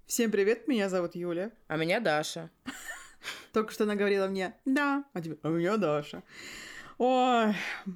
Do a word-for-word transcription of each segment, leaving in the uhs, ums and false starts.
Всем привет, меня зовут Юля. А меня Даша. Только что она говорила мне «да», а тебе «а меня Даша». Ой.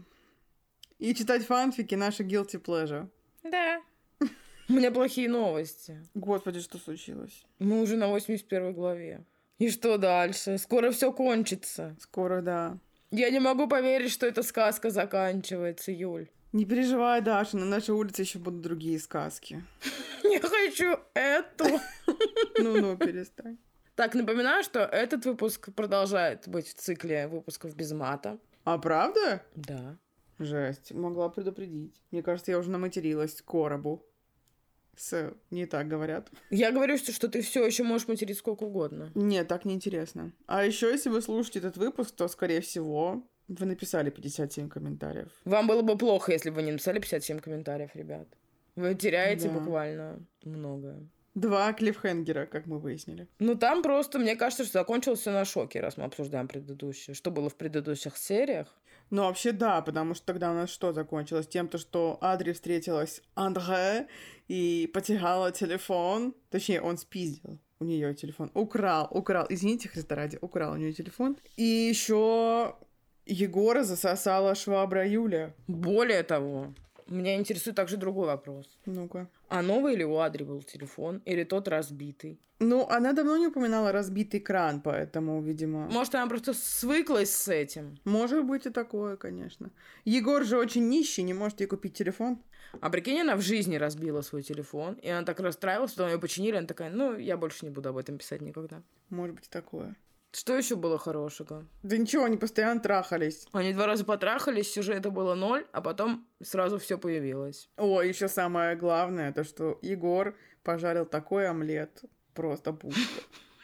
И читать фанфики — наша guilty pleasure. Да. У меня плохие новости. Господи, что случилось? Мы уже на восемьдесят первой главе. И что дальше? Скоро все кончится. Скоро, да. Я не могу поверить, что эта сказка заканчивается, Юль. Не переживай, Даша, на нашей улице еще будут другие сказки. Я хочу эту. Ну-ну, перестань. Так, напоминаю, что этот выпуск продолжает быть в цикле выпусков без мата. А правда? Да. Жесть, могла предупредить. Мне кажется, я уже наматерилась коробу. С... Не так говорят. Я говорю, что, что ты все еще можешь материть сколько угодно. Нет, так неинтересно. А еще, если вы слушаете этот выпуск, то, скорее всего, вы написали пятьдесят семь комментариев. Вам было бы плохо, если бы вы не написали пятьдесят семь комментариев, ребят. Вы теряете Да. буквально многое. Два клиффхенгера, как мы выяснили. Ну, там просто, мне кажется, что закончилось все на шоке, раз мы обсуждаем предыдущее. Что было в предыдущих сериях? Ну, вообще, да, потому что тогда у нас что закончилось? Тем, то, что Адри встретилась с Андре и потеряла телефон. Точнее, он спиздил у нее телефон. Украл, украл. Извините, Христа ради, украл у нее телефон. И еще Егора засосала швабра Юля. Более того, меня интересует также другой вопрос. Ну-ка. А новый ли у Адри был телефон? Или тот разбитый? Ну, она давно не упоминала разбитый кран, поэтому, видимо... Может, она просто свыклась с этим? Может быть и такое, конечно. Егор же очень нищий, не может ей купить телефон. А прикинь, она в жизни разбила свой телефон, и она так расстраивалась, потом ее починили, она такая, ну, я больше не буду об этом писать никогда. Может быть и такое. Что еще было хорошего? Да ничего, они постоянно трахались. Они два раза потрахались, сюжета было ноль, а потом сразу все появилось. О, еще самое главное, то что Егор пожарил такой омлет. Просто пушка.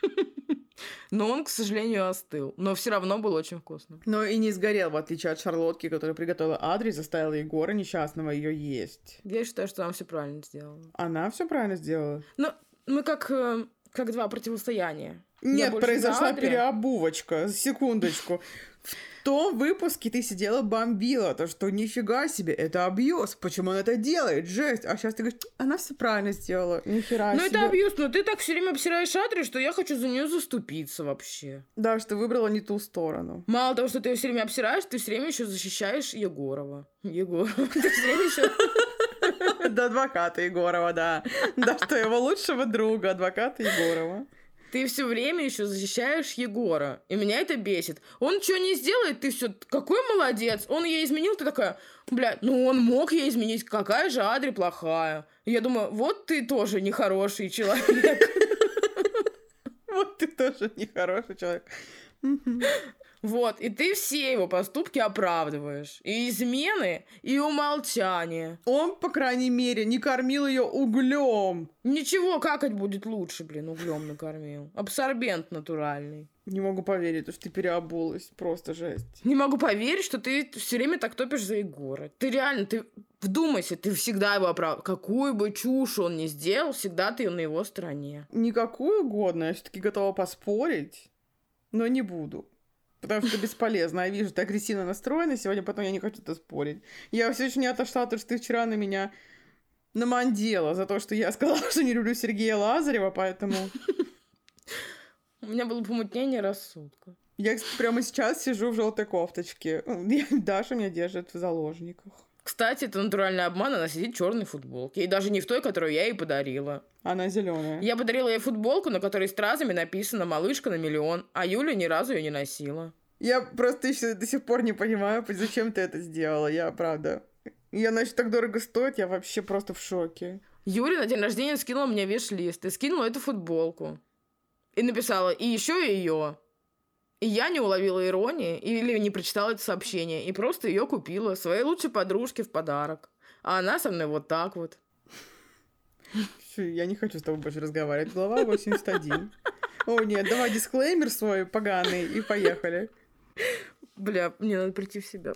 Но он, к сожалению, остыл. Но все равно был очень вкусно. Но и не сгорел, в отличие от шарлотки, которую приготовила Адри, заставила Егора несчастного ее есть. Я считаю, что она все правильно сделала. Она все правильно сделала. Ну, мы как, э, как два противостояния. Нет, произошла переобувочка. Секундочку. В том выпуске ты сидела бомбила, то что нифига себе, это абьюз. Почему он это делает? Жесть. А сейчас ты говоришь, она все правильно сделала. Нихера ну, себе. Ну это абьюз, но ты так все время обсираешь Адри, что я хочу за нее заступиться вообще. Да, что ты выбрала не ту сторону. Мало того, что ты ее все время обсираешь, ты все время еще защищаешь Егорова. Егорова. Ты все время еще... До адвоката Егорова, да. Да, что его лучшего друга, адвоката Егорова. Ты все время еще защищаешь Егора. И меня это бесит. Он что не сделает, ты все, какой молодец. Он ей изменил, ты такая, блядь, ну он мог ей изменить, какая же Адри плохая. И я думаю, вот ты тоже нехороший человек. Вот ты тоже нехороший человек. Вот, и ты все его поступки оправдываешь. И измены, и умолчание. Он, по крайней мере, не кормил ее углем. Ничего, какать будет лучше, блин, углем накормил. Абсорбент натуральный. Не могу поверить, что ты переобулась. Просто жесть. Не могу поверить, что ты все время так топишь за Егора. Ты реально, ты вдумайся, ты всегда его оправдываешь. Какую бы чушь он ни сделал, всегда ты на его стороне. Никакую угодно. Я все-таки готова поспорить, но не буду. Потому что бесполезно. Я вижу, ты агрессивно настроена, сегодня потом я не хочу это спорить. Я все еще не отошла, потому что ты вчера на меня намандела за то, что я сказала, что не люблю Сергея Лазарева, поэтому... У меня было помутнение рассудка. Я прямо сейчас сижу в желтой кофточке. Даша меня держит в заложниках. Кстати, это натуральный обман, она сидит в черной футболке. И даже не в той, которую я ей подарила. Она зеленая. Я подарила ей футболку, на которой стразами написано «Малышка на миллион», а Юля ни разу ее не носила. Я просто еще до сих пор не понимаю, зачем ты это сделала. Я, правда... И она еще так дорого стоит, я вообще просто в шоке. Юля на день рождения скинула мне виш-лист и скинула эту футболку. И написала «и еще ее». И я не уловила иронии или не прочитала это сообщение. И просто ее купила своей лучшей подружке в подарок. А она со мной вот так вот. Я не хочу с тобой больше разговаривать. Глава восемьдесят один. О, нет, давай дисклеймер свой поганый и поехали. Бля, мне надо прийти в себя.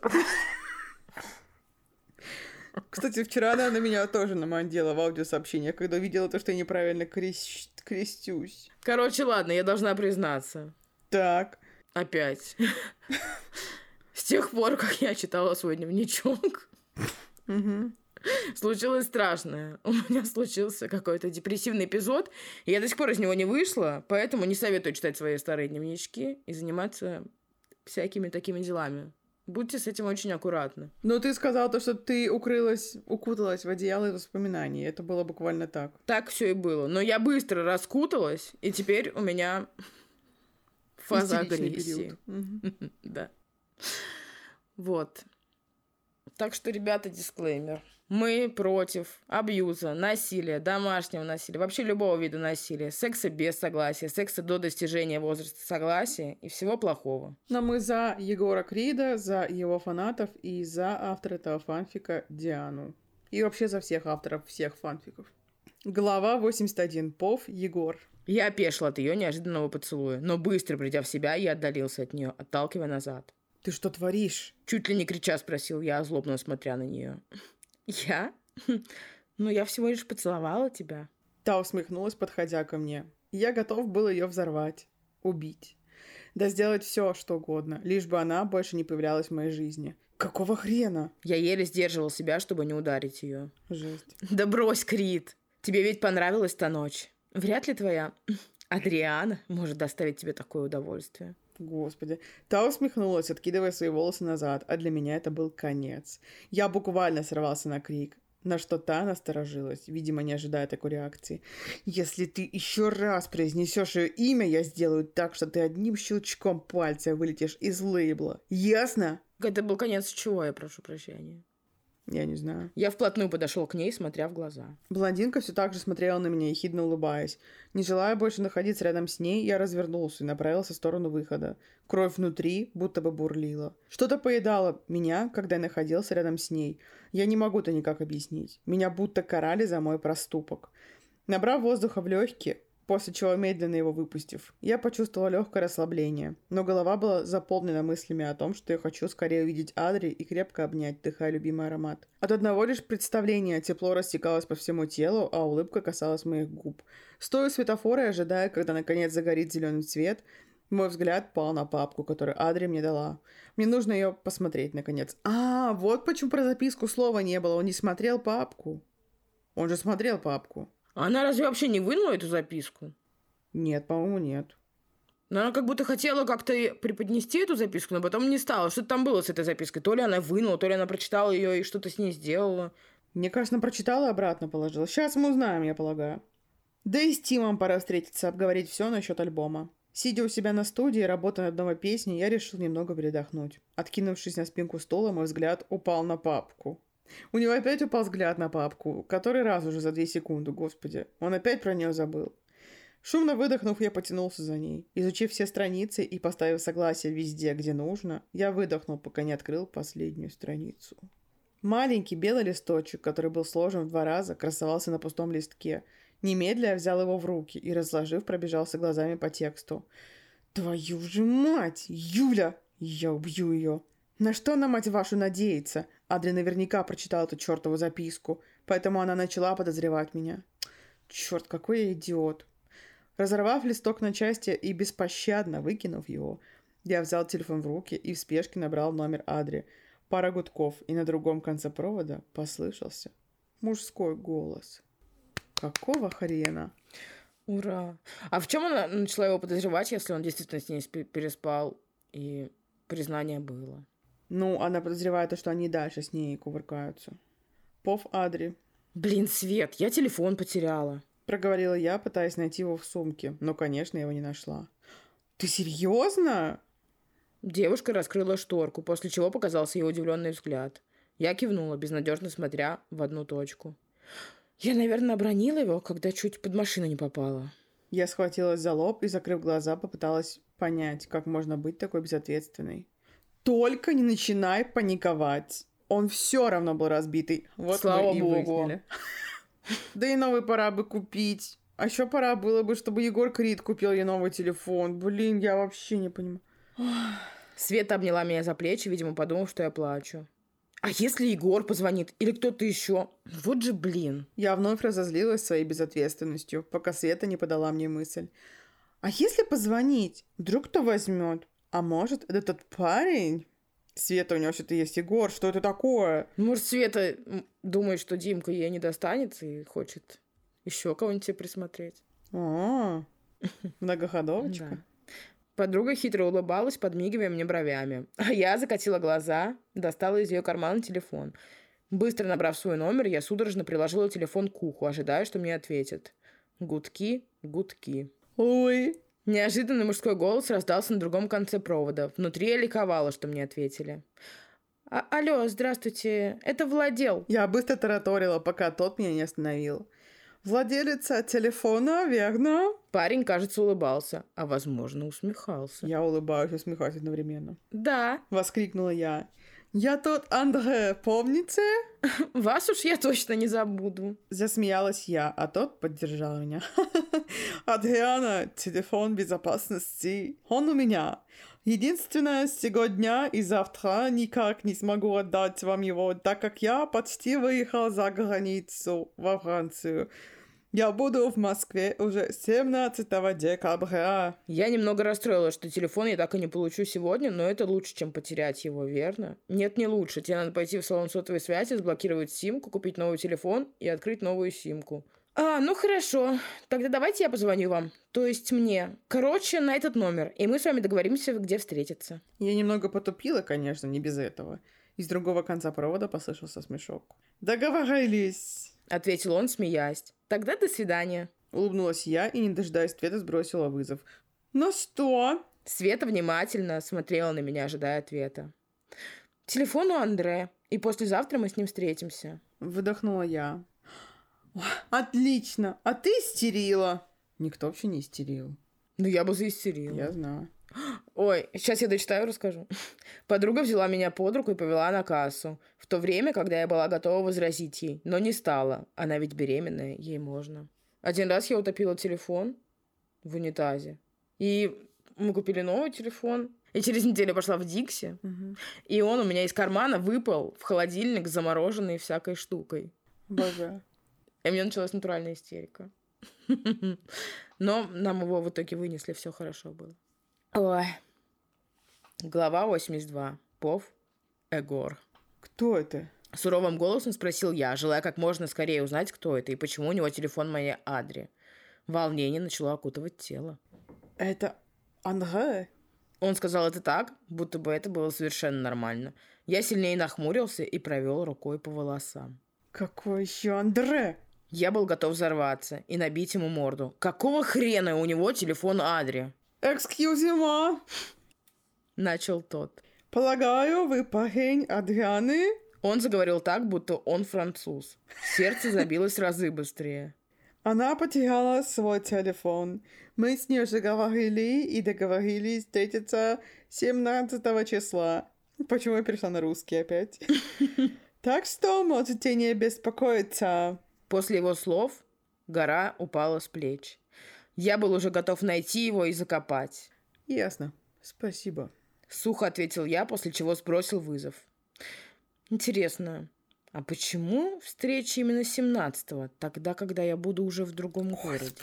Кстати, вчера она на меня тоже намандела в аудиосообщениях, когда увидела то, что я неправильно крещ... крестюсь. Короче, ладно, я должна признаться. Так. Опять. С тех пор, как я читала свой дневничок, Угу. случилось страшное. У меня случился какой-то депрессивный эпизод, и я до сих пор из него не вышла, поэтому не советую читать свои старые дневнички и заниматься всякими такими делами. Будьте с этим очень аккуратны. Но ты сказал то, что ты укрылась, укуталась в одеяло из воспоминаний. Это было буквально так. Так все и было. Но я быстро раскуталась, и теперь у меня фаза агрессии. Да. Вот. Так что, ребята, дисклеймер. Мы против абьюза, насилия, домашнего насилия, вообще любого вида насилия, секса без согласия, секса до достижения возраста согласия и всего плохого. Но мы за Егора Крида, за его фанатов и за автора этого фанфика Диану. И вообще за всех авторов всех фанфиков. Глава восемьдесят один. Пов Егор. Я опешила от ее неожиданного поцелуя, но быстро придя в себя, я отдалился от нее, отталкивая назад. Ты что творишь? Чуть ли не крича спросил я, злобно смотря на нее. Я? Ну, я всего лишь поцеловала тебя. Та усмехнулась, подходя ко мне. Я готов был ее взорвать, убить. Да сделать все, что угодно, лишь бы она больше не появлялась в моей жизни. Какого хрена? Я еле сдерживал себя, чтобы не ударить ее. Жесть. Да брось, Крид. Тебе ведь понравилась та ночь. Вряд ли твоя Адриана может доставить тебе такое удовольствие. Господи. Та усмехнулась, откидывая свои волосы назад, а для меня это был конец. Я буквально сорвался на крик, на что та насторожилась, видимо, не ожидая такой реакции. «Если ты еще раз произнесешь ее имя, я сделаю так, что ты одним щелчком пальца вылетишь из лейбла. Ясно?» Это был конец чего, я прошу прощения. Я не знаю. Я вплотную подошел к ней, смотря в глаза. Блондинка все так же смотрела на меня, ехидно улыбаясь. Не желая больше находиться рядом с ней, я развернулся и направился в сторону выхода. Кровь внутри будто бы бурлила. Что-то поедало меня, когда я находился рядом с ней. Я не могу это никак объяснить. Меня будто карали за мой проступок. Набрав воздуха в легкие, после чего медленно его выпустив, я почувствовала легкое расслабление, но голова была заполнена мыслями о том, что я хочу скорее увидеть Адри и крепко обнять, вдыхая любимый аромат. От одного лишь представления тепло растекалось по всему телу, а улыбка касалась моих губ. Стоя у светофора и ожидая, когда наконец загорит зеленый цвет, мой взгляд пал на папку, которую Адри мне дала. Мне нужно ее посмотреть, наконец. А, вот почему про записку слова не было. Он не смотрел папку. Он же смотрел папку. Она разве вообще не вынула эту записку? Нет, по-моему, нет. Но она как будто хотела как-то преподнести эту записку, но потом не стала. Что-то там было с этой запиской. То ли она вынула, то ли она прочитала ее и что-то с ней сделала. Мне кажется, она прочитала и обратно положила. Сейчас мы узнаем, я полагаю. Да и с Тимом пора встретиться, обговорить все насчет альбома. Сидя у себя на студии, работая над новой песней, я решил немного передохнуть. Откинувшись на спинку стула, мой взгляд упал на папку. У него опять упал взгляд на папку, который раз уже за две секунды, господи. Он опять про нее забыл. Шумно выдохнув, я потянулся за ней. Изучив все страницы и поставив согласие везде, где нужно, я выдохнул, пока не открыл последнюю страницу. Маленький белый листочек, который был сложен в два раза, красовался на пустом листке. Немедля я взял его в руки и, разложив, пробежался глазами по тексту. «Твою же мать! Юля! Я убью ее!» На что она, мать вашу, надеется? Адри наверняка прочитала эту чертову записку, поэтому она начала подозревать меня. Черт, какой я идиот. Разорвав листок на части и беспощадно выкинув его, я взял телефон в руки и в спешке набрал номер Адри. Пара гудков, и на другом конце провода послышался мужской голос. Какого хрена? Ура! А в чем она начала его подозревать, если он действительно с ней переспал и признание было? Ну, она подозревает, что они дальше с ней кувыркаются. Пов Адри. Блин, Свет, я телефон потеряла. Проговорила я, пытаясь найти его в сумке, но, конечно, его не нашла. Ты серьезно? Девушка раскрыла шторку, после чего показался ее удивленный взгляд. Я кивнула, безнадежно смотря в одну точку. Я, наверное, обронила его, когда чуть под машину не попала. Я схватилась за лоб и, закрыв глаза, попыталась понять, как можно быть такой безответственной. Только не начинай паниковать. Он все равно был разбитый. Вот Слава мы и богу. выяснили. Да и новый пора бы купить. А еще пора было бы, чтобы Егор Крид купил ей новый телефон. Блин, я вообще не понимаю. Света обняла меня за плечи, видимо, подумав, что я плачу. А если Егор позвонит? Или кто-то еще? Вот же блин. Я вновь разозлилась своей безответственностью, пока Света не подала мне мысль. А если позвонить? Вдруг кто возьмет? А может, это тот парень? Света, у него что-то есть. Егор, что это такое? Может, Света думает, что Димка ей не достанется и хочет еще кого-нибудь себе присмотреть. А, многоходовочка. Подруга хитро улыбалась, подмигивая мне бровями. А я закатила глаза, достала из ее кармана телефон. Быстро набрав свой номер, я судорожно приложила телефон к уху, ожидая, что мне ответят. Гудки, гудки. Ой. Неожиданный мужской голос раздался на другом конце провода. Внутри я ликовала, что мне ответили. А- Алло, здравствуйте, это Владел. Я быстро тараторила, пока тот меня не остановил. Владелица телефона, верно? Парень, кажется, улыбался, а, возможно, усмехался. Я улыбаюсь и усмехаюсь одновременно. Да. Воскликнула я. Я тот Андре, помните? Вас уж я точно не забуду. Засмеялась я, а тот поддержал меня. Адриана, телефон безопасности. Он у меня. Единственное, сегодня и завтра никак не смогу отдать вам его, так как я почти выехал за границу, во Францию. Я буду в Москве уже семнадцатого декабря. Я немного расстроилась, что телефон я так и не получу сегодня, но это лучше, чем потерять его, верно? Нет, не лучше. Тебе надо пойти в салон сотовой связи, сблокировать симку, купить новый телефон и открыть новую симку. А, ну хорошо. Тогда давайте я позвоню вам. То есть мне. Короче, на этот номер. И мы с вами договоримся, где встретиться. Я немного потупила, конечно, не без этого. Из другого конца провода послышался смешок. Договорились. Ответил он, смеясь. Тогда до свидания. Улыбнулась я и, не дожидаясь ответа, сбросила вызов. Ну что? Света внимательно смотрела на меня, ожидая ответа. Телефон у Андре, и послезавтра мы с ним встретимся. Выдохнула я. Отлично! А ты истерила? Никто вообще не истерил. Ну, я бы заистерила. Я знаю. Ой, сейчас я дочитаю и расскажу. Подруга взяла меня под руку и повела на кассу. В то время, когда я была готова возразить ей, но не стала. Она ведь беременная, ей можно. Один раз я утопила телефон в унитазе. И мы купили новый телефон. И через неделю пошла в Дикси. Угу. И он у меня из кармана выпал в холодильник, замороженный всякой штукой. Боже. И у меня началась натуральная истерика. Но нам его в итоге вынесли, все хорошо было. Ой. Глава восемьдесят два. Пов Егор. Кто это? Суровым голосом спросил я, желая как можно скорее узнать, кто это и почему у него телефон моей Адри. Волнение начало окутывать тело. Это Андре? Он сказал это так, будто бы это было совершенно нормально. Я сильнее нахмурился и провел рукой по волосам. Какой еще Андре? Я был готов взорваться и набить ему морду. Какого хрена у него телефон Адри? «Экскьюзима!» Начал тот. «Полагаю, вы парень Адрианы?» Он заговорил так, будто он француз. Сердце забилось в разы быстрее. Она потеряла свой телефон. Мы с ней уже говорили и договорились встретиться семнадцатого числа. Почему я перешла на русский опять? Так что можете не беспокоиться. После его слов гора упала с плеч. Я был уже готов найти его и закопать. Ясно. Спасибо. Сухо ответил я, после чего сбросил вызов. Интересно, а почему встреча именно семнадцатого, тогда, когда я буду уже в другом городе?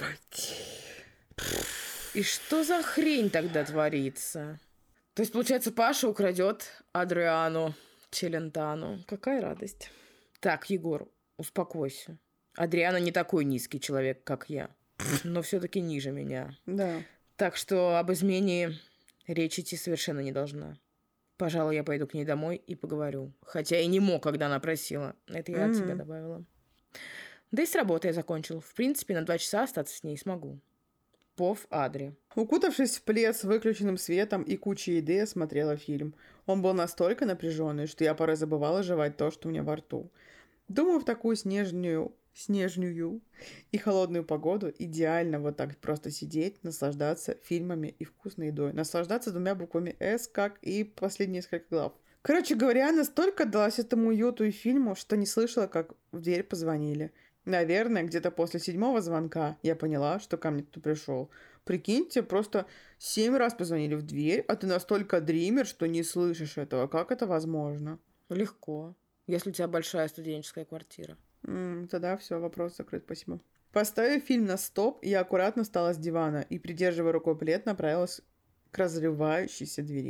И что за хрень тогда творится? То есть, получается, Паша украдет Адриану Челентану. Какая радость. Так, Егор, успокойся. Адриана не такой низкий человек, как я. Но все-таки ниже меня. Да. Так что об измене речь идти совершенно не должна. Пожалуй, я пойду к ней домой и поговорю. Хотя и не мог, когда она просила. Это я mm-hmm. от себя добавила. Да и с работы я закончил. В принципе, на два часа остаться с ней смогу. Пов Адри. Укутавшись в плед с выключенным светом и кучей еды, я смотрела фильм. Он был настолько напряженный, что я порой забывала жевать то, что у меня во рту. Думаю, в такую снежную, снежную и холодную погоду идеально вот так просто сидеть, наслаждаться фильмами и вкусной едой. Наслаждаться двумя буквами «С», как и последние несколько глав. Короче говоря, настолько отдалась этому уюту и фильму, что не слышала, как в дверь позвонили. Наверное, где-то после седьмого звонка я поняла, что ко мне кто пришел. Прикиньте, просто семь раз позвонили в дверь, а ты настолько дример, что не слышишь этого. Как это возможно? Легко, если у тебя большая студенческая квартира. М, тогда все, вопрос закрыт, спасибо. Поставив фильм на стоп, я аккуратно встала с дивана и, придерживая рукой плед, направилась к разрывающейся двери.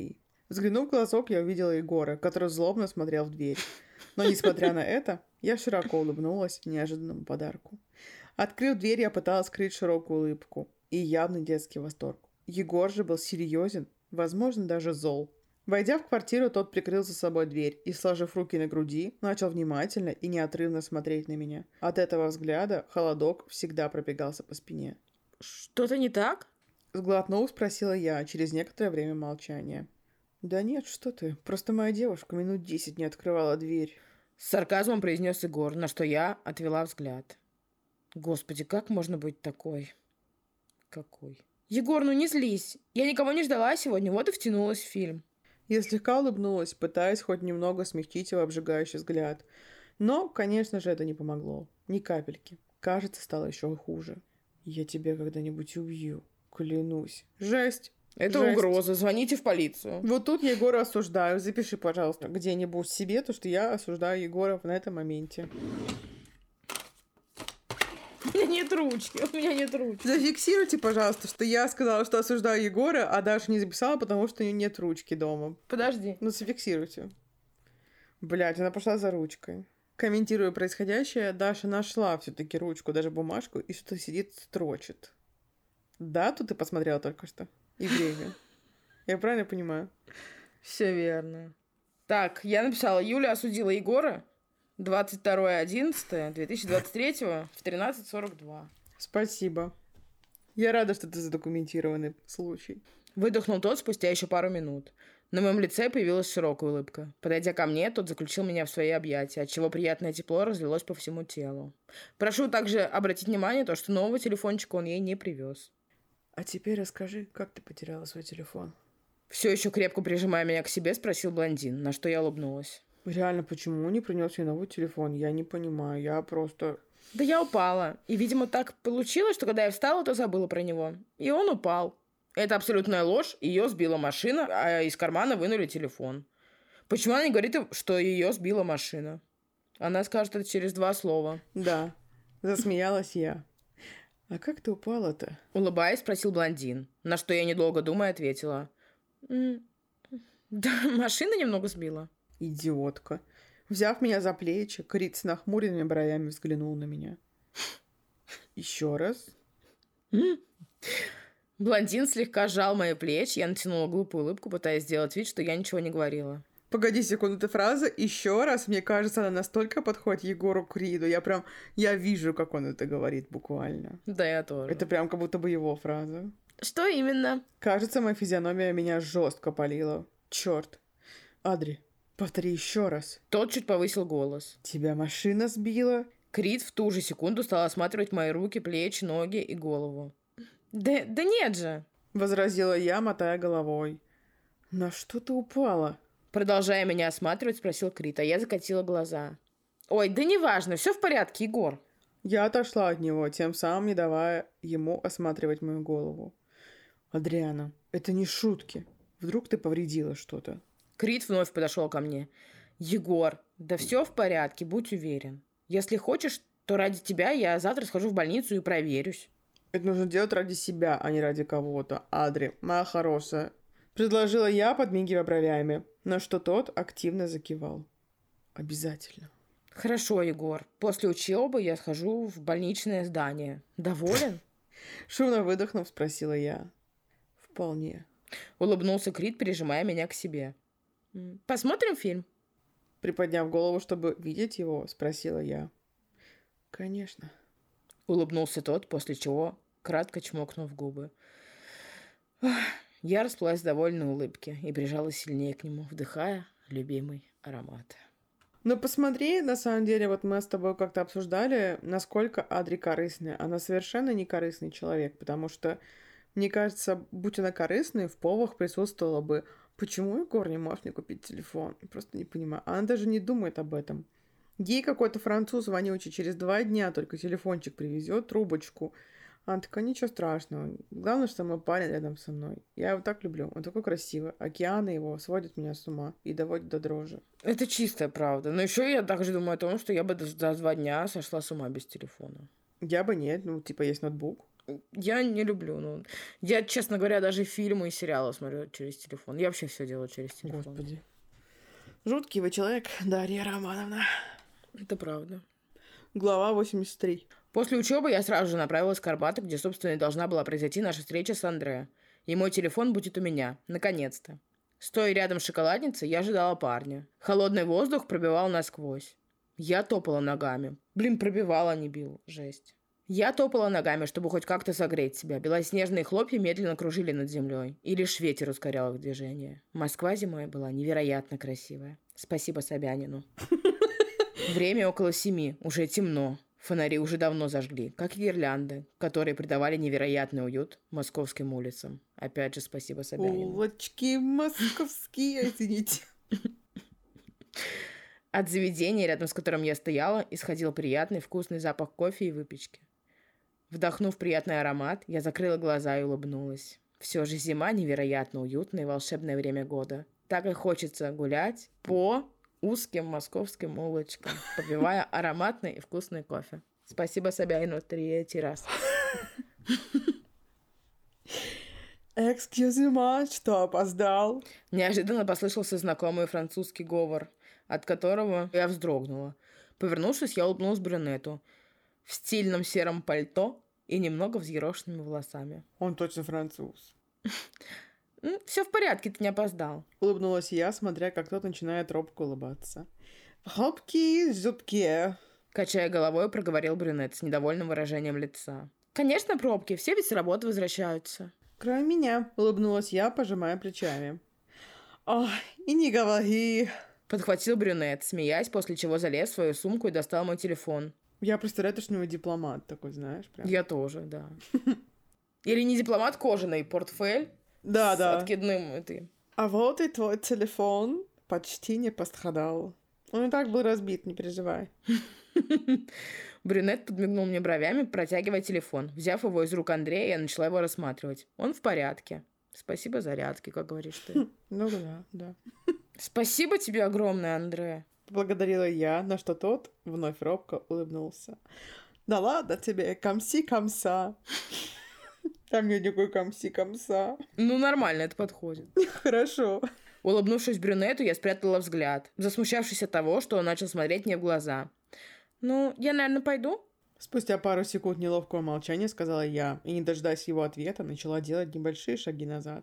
Взглянув в глазок, я увидела Егора, который злобно смотрел в дверь. Но, несмотря на это, я широко улыбнулась неожиданному подарку. Открыв дверь, я пыталась скрыть широкую улыбку и явный детский восторг. Егор же был серьезен, возможно, даже зол. Войдя в квартиру, тот прикрыл за собой дверь и, сложив руки на груди, начал внимательно и неотрывно смотреть на меня. От этого взгляда холодок всегда пробегался по спине. «Что-то не так?» Сглотнув, спросила я через некоторое время молчания. «Да нет, что ты, просто моя девушка минут десять не открывала дверь». С сарказмом произнес Егор, на что я отвела взгляд. Господи, как можно быть такой? Какой? Егор, ну не злись. Я никого не ждала сегодня, вот и втянулась в фильм. Я слегка улыбнулась, пытаясь хоть немного смягчить его обжигающий взгляд. Но, конечно же, это не помогло. Ни капельки. Кажется, стало еще хуже. «Я тебя когда-нибудь убью, клянусь». Жесть! Это Жесть. угроза, звоните в полицию. Вот тут я Егора осуждаю. Запиши, пожалуйста, где-нибудь себе то, что я осуждаю Егора на этом моменте. У меня нет ручки, у меня нет ручки. Зафиксируйте, пожалуйста, что я сказала, что осуждаю Егора, а Даша не записала, потому что у нее нет ручки дома. Подожди. Ну, зафиксируйте. Блядь, она пошла за ручкой. Комментируя происходящее, Даша нашла все-таки ручку, даже бумажку, и что-то сидит, строчит. Дату ты посмотрела только что? И время. Я правильно понимаю? Все верно. Так, я написала, Юля осудила Егора двадцать второе одиннадцатое две тысячи двадцать третьего в тринадцать сорок два. Спасибо. Я рада, что это задокументированный случай. Выдохнул тот спустя еще пару минут. На моем лице появилась широкая улыбка. Подойдя ко мне, тот заключил меня в свои объятия, отчего приятное тепло разлилось по всему телу. Прошу также обратить внимание, то, что нового телефончика он ей не привез. А теперь расскажи, как ты потеряла свой телефон? Все еще крепко прижимая меня к себе, спросил блондин, на что я улыбнулась. Реально, почему не принес ей новый телефон? Я не понимаю, я просто... Да я упала. И, видимо, так получилось, что когда я встала, то забыла про него. И он упал. Это абсолютная ложь. Ее сбила машина, а из кармана вынули телефон. Почему она не говорит, что ее сбила машина? Она скажет это через два слова. Да, засмеялась я. А как ты упала-то? Улыбаясь, спросил блондин. На что я, недолго думая, ответила. Да, машина немного сбила. Идиотка. Взяв меня за плечи, Крит с нахмуренными бровями взглянул на меня. Еще раз. Блондин слегка сжал мои плечи, я натянула глупую улыбку, пытаясь сделать вид, что я ничего не говорила. Погоди секунду, эта фраза «еще раз», мне кажется, она настолько подходит Егору Криду. Я прям, я вижу, как он это говорит буквально. Да, я тоже. Это прям как будто бы его фраза. Что именно? Кажется, моя физиономия меня жестко палила. Черт. Адри, повтори еще раз. Тот чуть повысил голос. Тебя машина сбила? Крит в ту же секунду стал осматривать мои руки, плечи, ноги и голову. Да, да нет же! Возразила я, мотая головой. На что ты упала? Продолжая меня осматривать, спросил Крит, а я закатила глаза. Ой, да неважно, все в порядке, Егор. Я отошла от него, тем самым не давая ему осматривать мою голову. Адриана, это не шутки. Вдруг ты повредила что-то? Крит вновь подошел ко мне. Егор, да все в порядке, будь уверен. Если хочешь, то ради тебя я завтра схожу в больницу и проверюсь. Это нужно делать ради себя, а не ради кого-то. Адри, моя хорошая. Предложила я, подмигивая бровями, на что тот активно закивал. Обязательно. Хорошо, Егор. После учебы я схожу в больничное здание. Доволен? Шумно выдохнув, спросила я. Вполне. Улыбнулся Крит, прижимая меня к себе. Посмотрим фильм? Приподняв голову, чтобы видеть его, спросила я. Конечно. Улыбнулся тот, после чего кратко чмокнул в губы. Я расплылась в довольной улыбке и прижалась сильнее к нему, вдыхая любимый аромат. Ну, посмотри, на самом деле, вот мы с тобой как-то обсуждали, насколько Адри корыстная. Она совершенно не корыстный человек, потому что, мне кажется, будь она корыстной, в повах присутствовала бы, почему Егор не может мне купить телефон? Просто не понимаю. Она даже не думает об этом. Ей какой-то француз вонючий через два дня только телефончик привезет, трубочку. Она такая, ничего страшного. Главное, что мой парень рядом со мной. Я его так люблю. Он такой красивый. Океаны его сводят меня с ума и доводят до дрожи. Это чистая правда. Но еще я также думаю о том, что я бы за два дня сошла с ума без телефона. Я бы нет. Ну, типа, есть ноутбук. Я не люблю. Ну, я, честно говоря, даже фильмы и сериалы смотрю через телефон. Я вообще все делаю через телефон. Господи. Жуткий вы человек, Дарья Романовна. Это правда. Глава восемьдесят три. После учебы я сразу же направилась к Арбату, где, собственно, и должна была произойти наша встреча с Андре. И мой телефон будет у меня. Наконец-то. Стоя рядом с шоколадницей, я ожидала парня. Холодный воздух пробивал насквозь. Я топала ногами. Блин, пробивала, не бил. Жесть. Я топала ногами, чтобы хоть как-то согреть себя. Белоснежные хлопья медленно кружили над землей. И лишь ветер ускорял их движение. Москва зимой была невероятно красивая. Спасибо Собянину. Время около семи. Уже темно. Фонари уже давно зажгли, как и гирлянды, которые придавали невероятный уют московским улицам. Опять же, спасибо Собянину. Улочки московские, извините. От заведения, рядом с которым я стояла, исходил приятный вкусный запах кофе и выпечки. Вдохнув приятный аромат, я закрыла глаза и улыбнулась. Все же зима — невероятно уютное и волшебное время года. Так и хочется гулять по узким московским улочкам, попивая ароматный и вкусный кофе. Спасибо Собянину третий раз. Excuse-me, что опоздал? Неожиданно послышался знакомый французский говор, от которого я вздрогнула. Повернувшись, я улыбнулась брюнету в стильном сером пальто и немного взъерошенными волосами. Он точно француз. Все в порядке, ты не опоздал. Улыбнулась я, смотря, как тот начинает робко улыбаться. Робкие зубки. Качая головой, проговорил брюнет с недовольным выражением лица. Конечно, пробки, все ведь с работы возвращаются. Кроме меня, улыбнулась я, пожимая плечами. Ой, и не говори. Подхватил брюнет, смеясь, после чего залез в свою сумку и достал мой телефон. Я представляю, что у него дипломат такой, знаешь, прям. Я тоже, да. Или не дипломат, кожаный портфель. Да, с да. откидным этой. А вот и твой телефон почти не пострадал. Он и так был разбит, не переживай. Брюнет подмигнул мне бровями, протягивая телефон. Взяв его из рук Андрея, я начала его рассматривать. Он в порядке. Спасибо зарядке, как говоришь ты. Ну да, да. Спасибо тебе огромное, Андре. Благодарила я, на что тот вновь робко улыбнулся. Да ладно тебе, камси-камса. Там нет никакой камси-камса. Ну, нормально, это подходит. Хорошо. Улыбнувшись брюнету, я спрятала взгляд, засмущавшись от того, что он начал смотреть мне в глаза. «Ну, я, наверное, пойду?» Спустя пару секунд неловкого молчания сказала я, и, не дождаясь его ответа, начала делать небольшие шаги назад.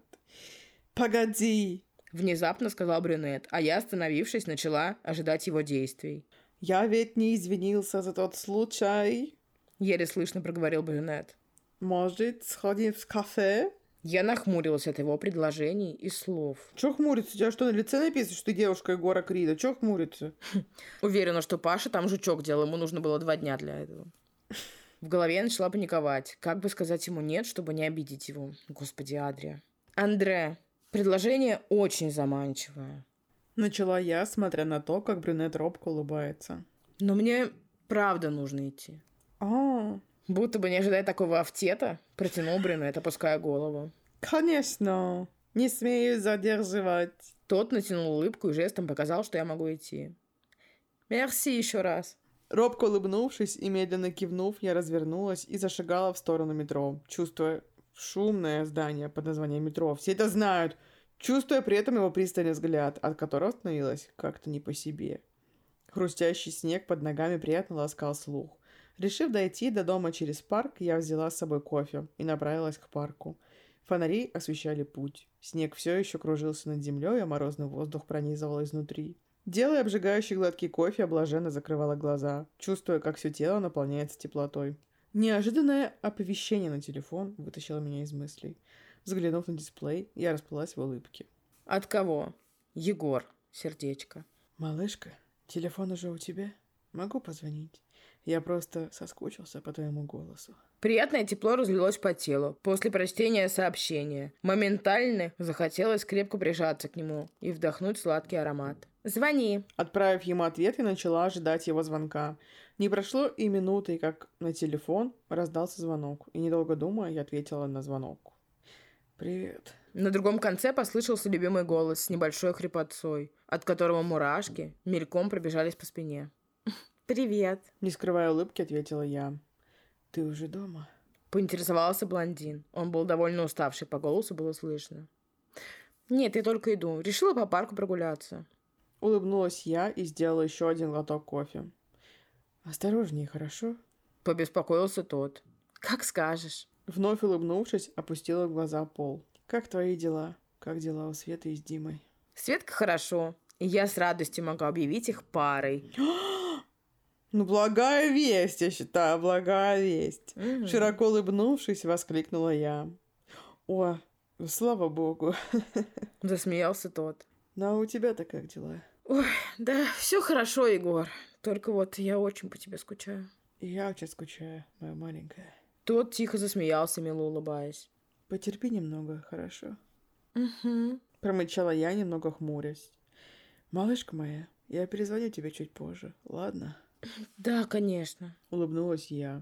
«Погоди!» — внезапно сказал брюнет, а я, остановившись, начала ожидать его действий. «Я ведь не извинился за тот случай!» — еле слышно проговорил брюнет. «Может, сходим в кафе?» Я нахмурилась от его предложений и слов. Чё хмуриться? У тебя что, на лице написано, что ты девушка Егора Крида? Чё хмуриться? Уверена, что Паша там жучок делал, ему нужно было два дня для этого. В голове я начала паниковать. Как бы сказать ему «нет», чтобы не обидеть его? Господи, Адрия. «Андре, предложение очень заманчивое». Начала я, смотря на то, как брюнет робко улыбается. Но мне правда нужно идти. А, Будто бы не ожидая такого автета, протянул брюнет, опуская голову. конечно. Не смею задерживать. Тот натянул улыбку и жестом показал, что я могу идти. «Мерси еще раз». Робко улыбнувшись и медленно кивнув, я развернулась и зашагала в сторону метро, чувствуя шумное здание под названием метро. Все это знают, чувствуя при этом его пристальный взгляд, от которого становилось как-то не по себе. Хрустящий снег под ногами приятно ласкал слух. Решив дойти до дома через парк, я взяла с собой кофе и направилась к парку. Фонари освещали путь. Снег все еще кружился над землей, а морозный воздух пронизывал изнутри. Делая обжигающий гладкий кофе, я блаженно закрывала глаза, чувствуя, как все тело наполняется теплотой. Неожиданное оповещение на телефон вытащило меня из мыслей. Взглянув на дисплей, я расплылась в улыбке. «От кого?» «Егор. Сердечко». «Малышка, телефон уже у тебя? Могу позвонить? Я просто соскучился по твоему голосу». Приятное тепло разлилось по телу после прочтения сообщения. Моментально захотелось крепко прижаться к нему и вдохнуть сладкий аромат. «Звони!» Отправив ему ответ, я начала ожидать его звонка. Не прошло и минуты, как на телефон раздался звонок. И, недолго думая, я ответила на звонок. «Привет». На другом конце послышался любимый голос с небольшой хрипотцой, от которого мурашки мельком пробежались по спине. «Привет!» Не скрывая улыбки, ответила я. «Ты уже дома?» Поинтересовался блондин. Он был довольно уставший, по голосу было слышно. Нет, я только иду. Решила по парку прогуляться. Улыбнулась я и сделала еще один глоток кофе. Осторожнее, хорошо? Побеспокоился тот. Как скажешь. Вновь улыбнувшись, опустила глаза в пол. Как твои дела? Как дела у Светы и с Димой? Светка хорошо. И я с радостью могу объявить их парой. Ну, благая весть, я считаю, благая весть. Угу. Широко улыбнувшись, воскликнула я. О, слава богу. Засмеялся тот. Ну, а у тебя-то как дела? Ой, да все хорошо, Егор. Только вот я очень по тебе скучаю. И я очень скучаю, моя маленькая. Тот тихо засмеялся, мило улыбаясь. Потерпи немного, хорошо? Угу. Промычала я, немного хмурясь. Малышка моя, я перезвоню тебе чуть позже, ладно? Да, конечно. Улыбнулась я.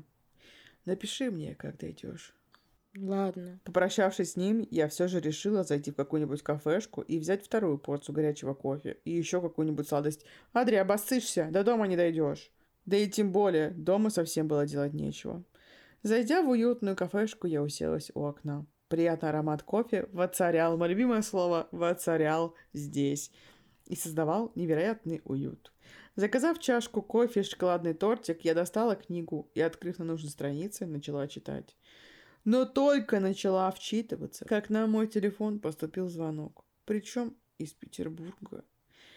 Напиши мне, как дойдешь. Ладно. Попрощавшись с ним, я все же решила зайти в какую-нибудь кафешку и взять вторую порцию горячего кофе и еще какую-нибудь сладость. Адри, обоссышься, до дома не дойдешь. Да и тем более, дома совсем было делать нечего. Зайдя в уютную кафешку, я уселась у окна. Приятный аромат кофе воцарял, мое любимое слово, воцарял здесь. И создавал невероятный уют. Заказав чашку кофе и шоколадный тортик, я достала книгу и, открыв на нужной странице, начала читать. Но только начала вчитываться, как на мой телефон поступил звонок. Причем из Петербурга.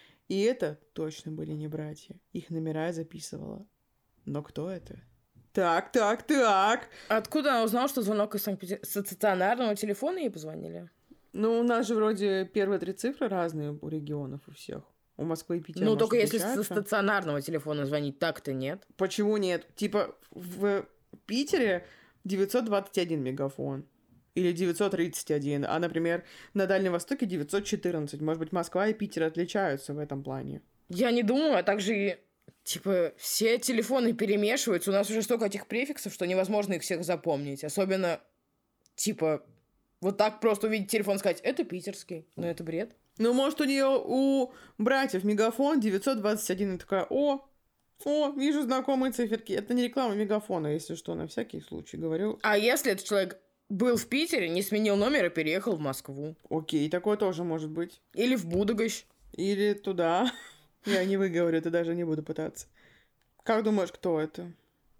И это точно были не братья. Их номера я записывала. Но кто это? Так, так, так. Откуда она узнала, что звонок из Санкт-Петербурга? Со стационарного телефона ей позвонили? Ну, у нас же вроде первые три цифры разные у регионов у всех. У Москвы и Питера. Ну, может, только если отличаются. со стационарного телефона звонить, так-то нет. Почему нет? Типа в Питере девятьсот двадцать один мегафон. Или девятьсот тридцать один. А, например, на Дальнем Востоке девятьсот четырнадцать. Может быть, Москва и Питер отличаются в этом плане. Я не думаю, а также и, типа, все телефоны перемешиваются. У нас уже столько этих префиксов, что невозможно их всех запомнить. Особенно, типа, вот так просто увидеть телефон и сказать, это питерский. Но это бред. Ну, может, у нее у братьев мегафон девятьсот двадцать один. И такая, о, о, вижу знакомые циферки. Это не реклама мегафона, если что, на всякий случай говорю. А если этот человек был в Питере, не сменил номер и переехал в Москву? Окей, такое тоже может быть. Или в Будогощ? Или туда. Я не выговорю, это даже не буду пытаться. Как думаешь, кто это?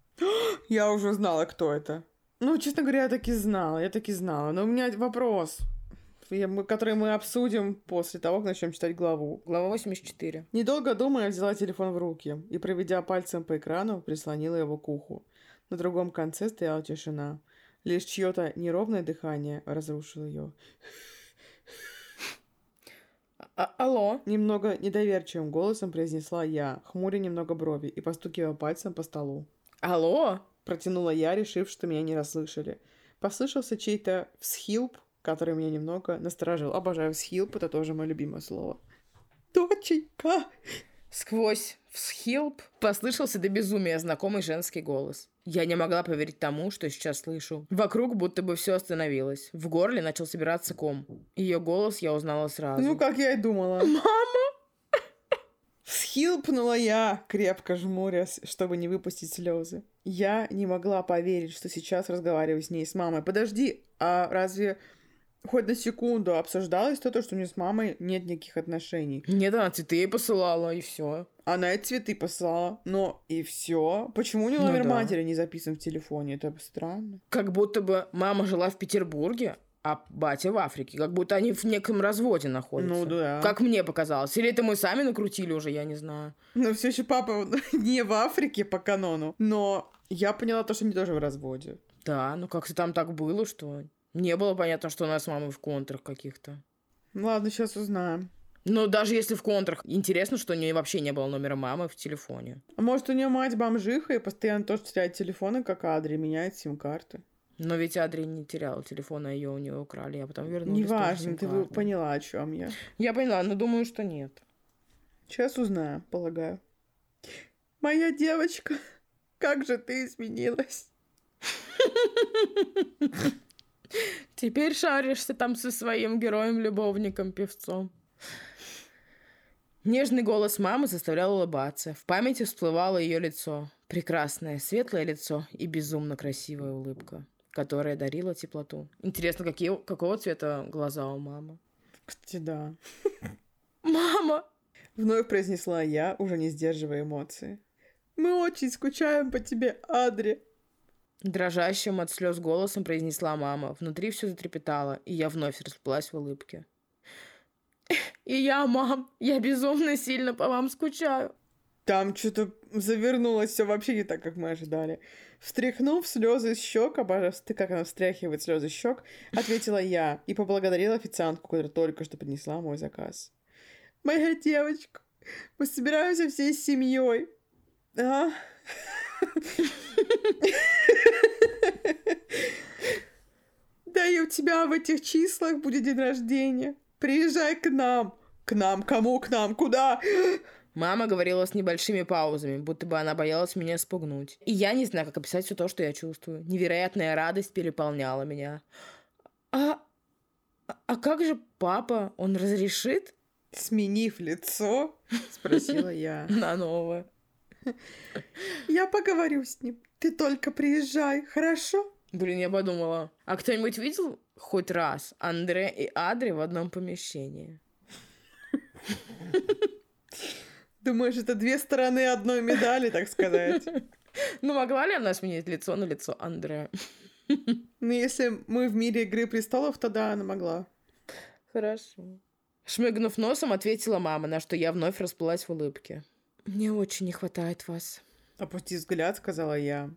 Я уже знала, кто это. Ну, честно говоря, я таки знала, я таки знала. Но у меня вопрос, который мы обсудим после того, как начнем читать главу. Глава восемьдесят четыре. Недолго думая, взяла телефон в руки и, проведя пальцем по экрану, прислонила его к уху. На другом конце стояла тишина. Лишь чье-то неровное дыхание разрушило ее. А- алло? Немного недоверчивым голосом произнесла я, хмуря немного брови и постукивая пальцем по столу. Алло? Протянула я, решив, что меня не расслышали. Послышался чей-то всхилп, который меня немного насторожил. Обожаю всхилп, это тоже мое любимое слово. Доченька! Сквозь всхилп послышался до безумия знакомый женский голос. Я не могла поверить тому, что сейчас слышу. Вокруг будто бы все остановилось. В горле начал собираться ком. Ее голос я узнала сразу. Ну, как я и думала. Мама! Всхилпнула я, крепко жмурясь, чтобы не выпустить слезы. Я не могла поверить, что сейчас разговариваю с ней, с мамой. Подожди, а разве хоть на секунду обсуждалось то, что у нее с мамой нет никаких отношений? Нет, она цветы ей посылала, и все. Она и цветы послала, но и все. Почему у нее Ну номер да. матери не записан в телефоне? Это странно. Как будто бы мама жила в Петербурге, а батя в Африке. Как будто они в неком разводе находятся. Ну да. Как мне показалось. Или это мы сами накрутили уже, я не знаю. Но все еще папа не в Африке по канону. Но я поняла то, что они тоже в разводе. Да, ну как-то там так было, что не было понятно, что у нас с мамой в контрах каких-то. Ладно, сейчас узнаем. Но даже если в контрах, интересно, что у нее вообще не было номера мамы в телефоне. А может, у нее мать бомжиха и постоянно тоже теряет телефоны, как Адри, меняет сим-карты? Но ведь Адри не теряла телефон, а ее у нее украли, а потом вернули. Неважно, ты вы поняла, о чем я. Я поняла, но думаю, что нет. Сейчас узнаю, полагаю. Моя девочка, как же ты изменилась. Теперь шаришься там со своим героем-любовником, певцом. Нежный голос мамы заставлял улыбаться. В памяти всплывало ее лицо. Прекрасное, светлое лицо и безумно красивая улыбка. которая дарила теплоту. Интересно, какие, какого цвета глаза у мамы? Кстати, да. Мама! Вновь произнесла я, уже не сдерживая эмоции. Мы очень скучаем по тебе, Адри. Дрожащим от слез голосом произнесла мама. Внутри все затрепетало, и я вновь расплылась в улыбке. И я, мам, я безумно сильно по вам скучаю. Там что-то завернулось все вообще не так, как мы ожидали. Встряхнув слезы с щек, обожаю, ты как она встряхивает слезы с щек, ответила я и поблагодарила официантку, которая только что принесла мой заказ. Моя девочка, мы собираемся всей семьей. А? Да и у тебя в этих числах будет день рождения. Приезжай к нам. К нам? Кому к нам? Куда? Мама говорила с небольшими паузами, будто бы она боялась меня спугнуть. И я не знаю, как описать все то, что я чувствую. Невероятная радость переполняла меня. А, а как же папа? Он разрешит? Сменив лицо, спросила я. На новое. Я поговорю с ним. Ты только приезжай, хорошо? Блин, я подумала. А кто-нибудь видел хоть раз Андре и Адри в одном помещении? Думаешь, это две стороны одной медали, так сказать? Ну, могла ли она сменить лицо на лицо Андре? Ну, если мы в мире Игры престолов, то да, она могла. Хорошо. Шмыгнув носом, ответила мама, на что я вновь расплылась в улыбке. Мне очень не хватает вас. Опустив взгляд, сказала я.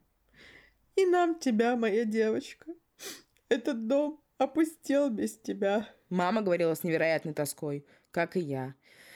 И нам тебя, моя девочка. Этот дом опустел без тебя. Мама говорила с невероятной тоской, как и я.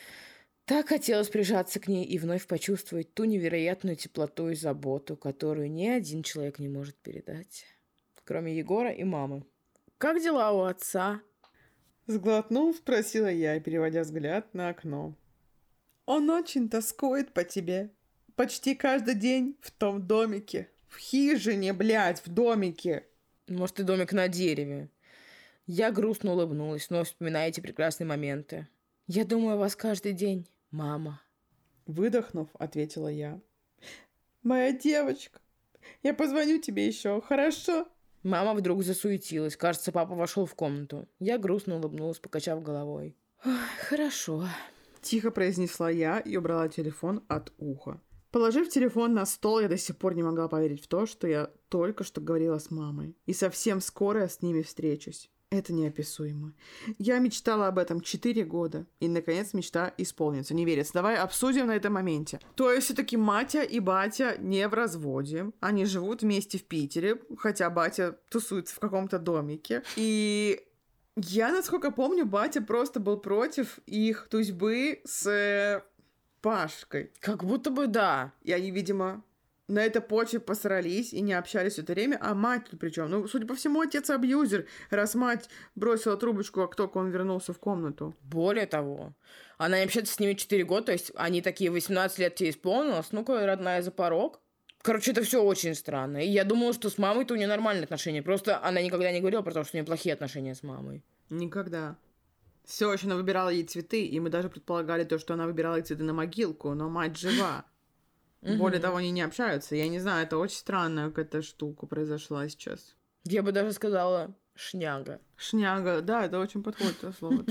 Так хотелось прижаться к ней и вновь почувствовать ту невероятную теплоту и заботу, которую ни один человек не может передать, кроме Егора и мамы. «Как дела у отца?» Сглотнув, спросила я, переводя взгляд на окно. «Он очень тоскует по тебе. Почти каждый день в том домике. В хижине, блядь, в домике». «Может, и домик на дереве?» Я грустно улыбнулась, но вспоминая эти прекрасные моменты. «Я думаю о вас каждый день, мама». Выдохнув, ответила я. «Моя девочка, я позвоню тебе еще, хорошо?» Мама вдруг засуетилась. Кажется, папа вошел в комнату. Я грустно улыбнулась, покачав головой. «Хорошо», — тихо произнесла я и убрала телефон от уха. Положив телефон на стол, я до сих пор не могла поверить в то, что я только что говорила с мамой. И совсем скоро я с ними встречусь. Это неописуемо. Я мечтала об этом четыре года. И, наконец, мечта исполнится. Не верится. Давай обсудим на этом моменте. То есть, все-таки Матя и батя не в разводе. Они живут вместе в Питере. Хотя батя тусуется в каком-то домике. И я, насколько помню, батя просто был против их тусьбы с Пашкой. Как будто бы да. И они, видимо, на этой почве посрались и не общались все это время. А мать тут при чем? Ну, судя по всему, отец абьюзер, раз мать бросила трубочку, как только он вернулся в комнату. Более того, она не общается с ними четыре года, то есть они такие, восемнадцать лет тебе исполнилось, ну-ка, родная, за порог. Короче, это все очень странно. И я думала, что с мамой-то у нее нормальные отношения. Просто она никогда не говорила про то, что у нее плохие отношения с мамой. Никогда. Все еще она выбирала ей цветы, и мы даже предполагали то, что она выбирала ей цветы на могилку, но мать жива. Более того, они не общаются. Я не знаю, это очень странная какая-то штука произошла сейчас. Я бы даже сказала шняга. Шняга, да, это очень подходит это слово.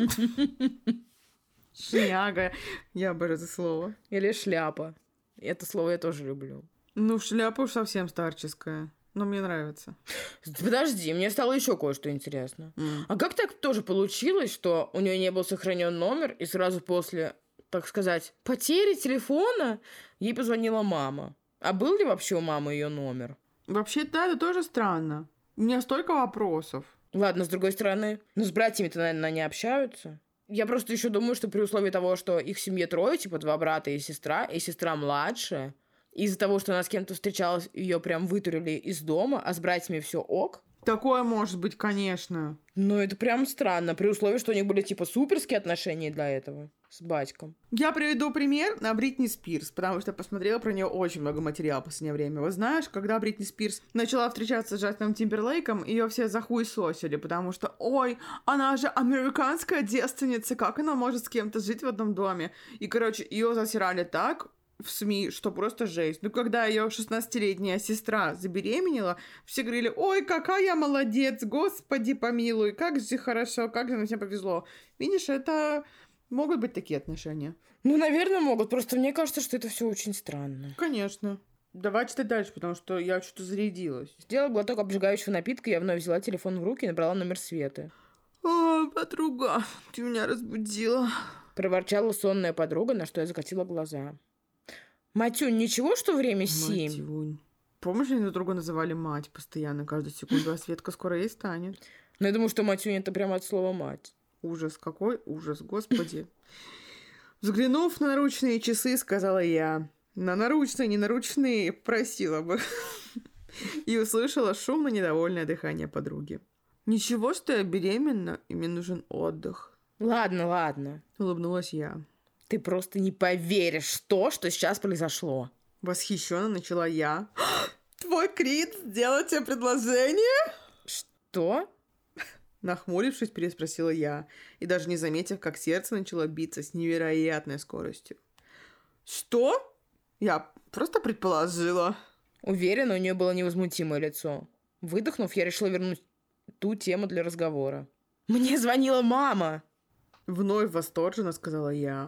Шняга. Я обожаю это слово. Или шляпа. Это слово я тоже люблю. Ну, шляпа уж совсем старческая. Но мне нравится. Подожди, мне стало еще кое-что интересно. Mm. А как так тоже получилось, что у нее не был сохранен номер, и сразу после, так сказать, потери телефона ей позвонила мама? А был ли вообще у мамы ее номер? Вообще, да, это тоже странно. У меня столько вопросов. Ладно, с другой стороны, ну с братьями-то, наверное, не общаются. Я просто еще думаю, что при условии того, что их в семье трое, типа два брата и сестра, и сестра младшая, из-за того, что она с кем-то встречалась, ее прям вытурили из дома, а с братьями все ок. Такое может быть, конечно. Но это прям странно, при условии, что у них были типа суперские отношения для этого с батьком. Я приведу пример на Бритни Спирс, потому что я посмотрела про нее очень много материала в последнее время. Вот знаешь, когда Бритни Спирс начала встречаться с Джастином Тимберлейком, ее все захуесосили, потому что, ой, она же американская девственница, как она может с кем-то жить в одном доме? И, короче, ее засирали так, в СМИ, что просто жесть. Ну, когда ее шестнадцатилетняя сестра забеременела, все говорили: ой, какая я молодец, господи помилуй, как же хорошо, как же нам всем повезло. Видишь, это могут быть такие отношения. Ну, наверное, могут. Просто мне кажется, что это все очень странно. Конечно. Давай читать дальше, потому что я что-то зарядилась. Сделала глоток обжигающего напитка, я вновь взяла телефон в руки и набрала номер Светы. О, подруга, ты меня разбудила. Проворчала сонная подруга, на что я закатила глаза. Матюнь, ничего, что время семь? Матюнь. Помнишь, они друг друга называли мать постоянно, каждую секунду, а Светка скоро ей станет. Ну, я думаю, что Матюнь это прямо от слова мать. Ужас, какой ужас, господи. Взглянув на наручные часы, сказала я: на наручные, не наручные, просила бы. И услышала шумно недовольное дыхание подруги. Ничего, что я беременна, и мне нужен отдых. Ладно, ладно. Улыбнулась я. Ты просто не поверишь в то, что сейчас произошло. Восхищенно начала я. Твой Крит сделал тебе предложение? Что? Нахмурившись, переспросила я, и даже не заметив, как сердце начало биться с невероятной скоростью. Что? Я просто предположила. Уверена, у нее было невозмутимое лицо. Выдохнув, я решила вернуть ту тему для разговора. Мне звонила мама. Вновь восторженно сказала я.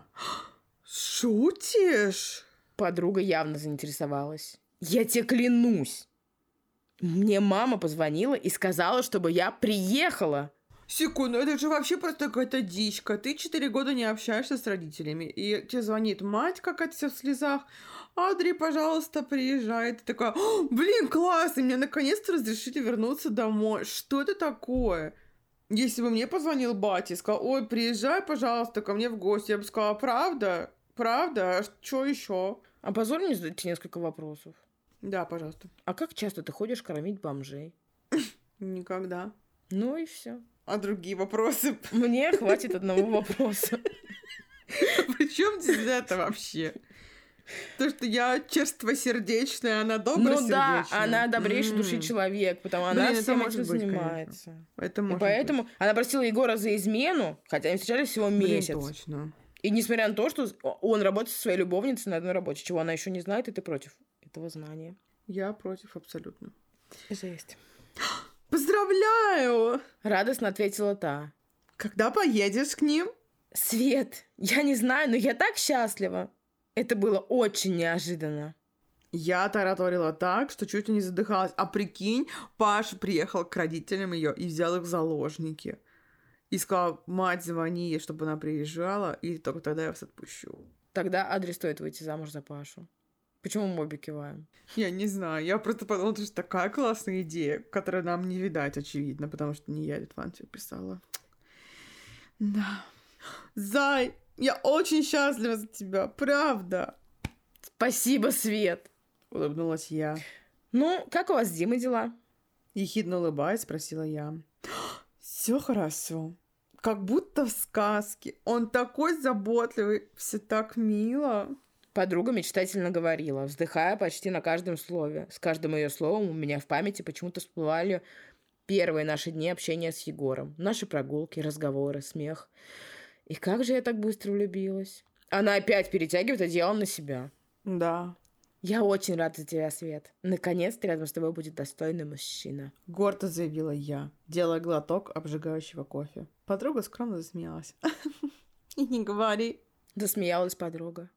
Шутишь? Подруга явно заинтересовалась. Я тебе клянусь. Мне мама позвонила и сказала, чтобы я приехала. Секунду, это же вообще просто какая-то дичка. Ты четыре года не общаешься с родителями, и тебе звонит мать какая-то вся в слезах. Адри, пожалуйста, приезжай. Ты такая: блин, классно, мне наконец-то разрешите вернуться домой. Что это такое? Если бы мне позвонил батя и сказал: ой, приезжай, пожалуйста, ко мне в гости, я бы сказала: правда? Правда? А что еще? А позволь мне задать тебе несколько вопросов. Да, пожалуйста. А как часто ты ходишь кормить бомжей? Никогда. Ну и все. А другие вопросы? Мне хватит одного вопроса. Причем здесь это вообще? То, что я черствосердечная, она добросердечная. Ну да, она добрейшей души человек, потому что она всем этим занимается. Это И поэтому она просила Егора за измену, хотя они встречались всего месяц. Блин, точно. И несмотря на то, что он работает со своей любовницей на одной работе, чего она еще не знает, и ты против этого знания. Я против абсолютно. Жесть. Поздравляю! Радостно ответила та. Когда поедешь к ним? Свет, я не знаю, но я так счастлива. Это было очень неожиданно. Я тараторила так, что чуть ли не задыхалась. А прикинь, Паша приехал к родителям ее и взял их в заложники. И сказал: мать, звони ей, чтобы она приезжала, и только тогда я вас отпущу. Тогда Адри стоит выйти замуж за Пашу. Почему мы обе киваем? Я не знаю. Я просто подумала, что такая классная идея, которую нам не видать, очевидно, потому что не я Литвантию писала. Да. Зай, я очень счастлива за тебя, правда. Спасибо, Свет. Улыбнулась я. Ну, как у вас с Димой дела? Ехидно улыбаясь, спросила я. Все хорошо. Как будто в сказке. Он такой заботливый, все так мило. Подруга мечтательно говорила, вздыхая почти на каждом слове. С каждым ее словом у меня в памяти почему-то всплывали первые наши дни общения с Егором. Наши прогулки, разговоры, смех. И как же я так быстро влюбилась. Она опять перетягивает одеяло на себя. Да. Я очень рада за тебя, Свет. Наконец-то рядом с тобой будет достойный мужчина. Гордо заявила я, делая глоток обжигающего кофе. Подруга скромно засмеялась. И не говори. Засмеялась подруга.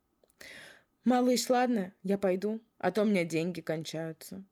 Малыш, ладно, я пойду, а то у меня деньги кончаются.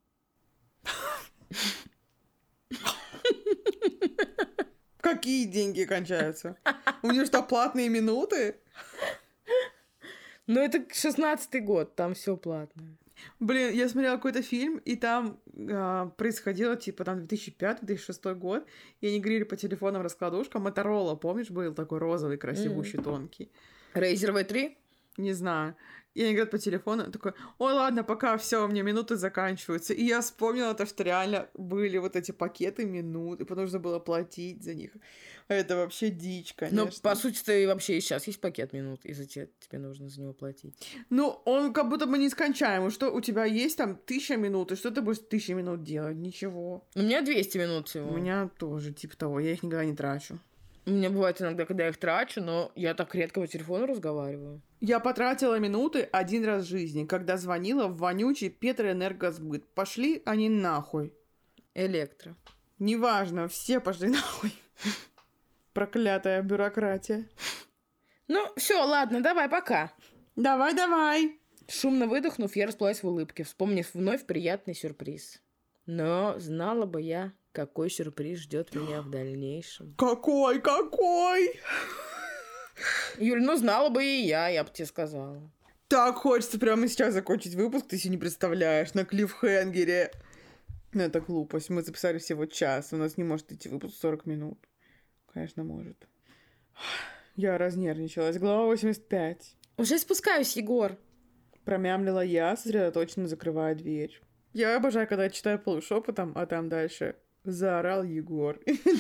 Какие деньги кончаются? У нее что, платные минуты? Ну, это шестнадцатый год, там все платное. Блин, я смотрела какой-то фильм, и там а, происходило, типа, там две тысячи пятый - две тысячи шестой год, и они говорили по телефонам раскладушкам. Моторола, помнишь, был такой розовый, красивущий, mm-hmm. тонкий. Razer ви три? Не знаю. И они говорят по телефону, такой: ой, ладно, пока, все, у меня минуты заканчиваются. И я вспомнила то, что реально были вот эти пакеты минут, и потом нужно было платить за них. Это вообще дичь, конечно. Ну, по сути-то и вообще и сейчас есть пакет минут, и за те, тебе нужно за него платить. Ну, он как будто бы нескончаемый. Что у тебя есть там тысяча минут, и что ты будешь тысяча минут делать? Ничего. У меня двести минут всего. У меня тоже, типа того, я их никогда не трачу. У меня бывает иногда, когда я их трачу, но я так редко по телефону разговариваю. Я потратила минуты один раз в жизни, когда звонила в вонючий Петроэнергосбыт. Пошли они нахуй. Электро. Неважно, все пошли нахуй. Проклятая бюрократия. Ну, все, ладно, давай, пока. Давай, давай. Шумно выдохнув, я расплылась в улыбке, вспомнив вновь приятный сюрприз. Но знала бы я, какой сюрприз ждет меня в дальнейшем. Какой, какой? Юль, ну знала бы и я, я бы тебе сказала. Так хочется прямо сейчас закончить выпуск, ты себе не представляешь, на клиффхенгере. Ну, это глупость. Мы записали всего час, у нас не может идти выпуск сорок минут. Конечно, может. Я разнервничалась. Глава восемьдесят пять. Уже спускаюсь, Егор. Промямлила я, сосредоточенно закрывая дверь. Я обожаю, когда я читаю полушепотом, а там дальше заорал Егор.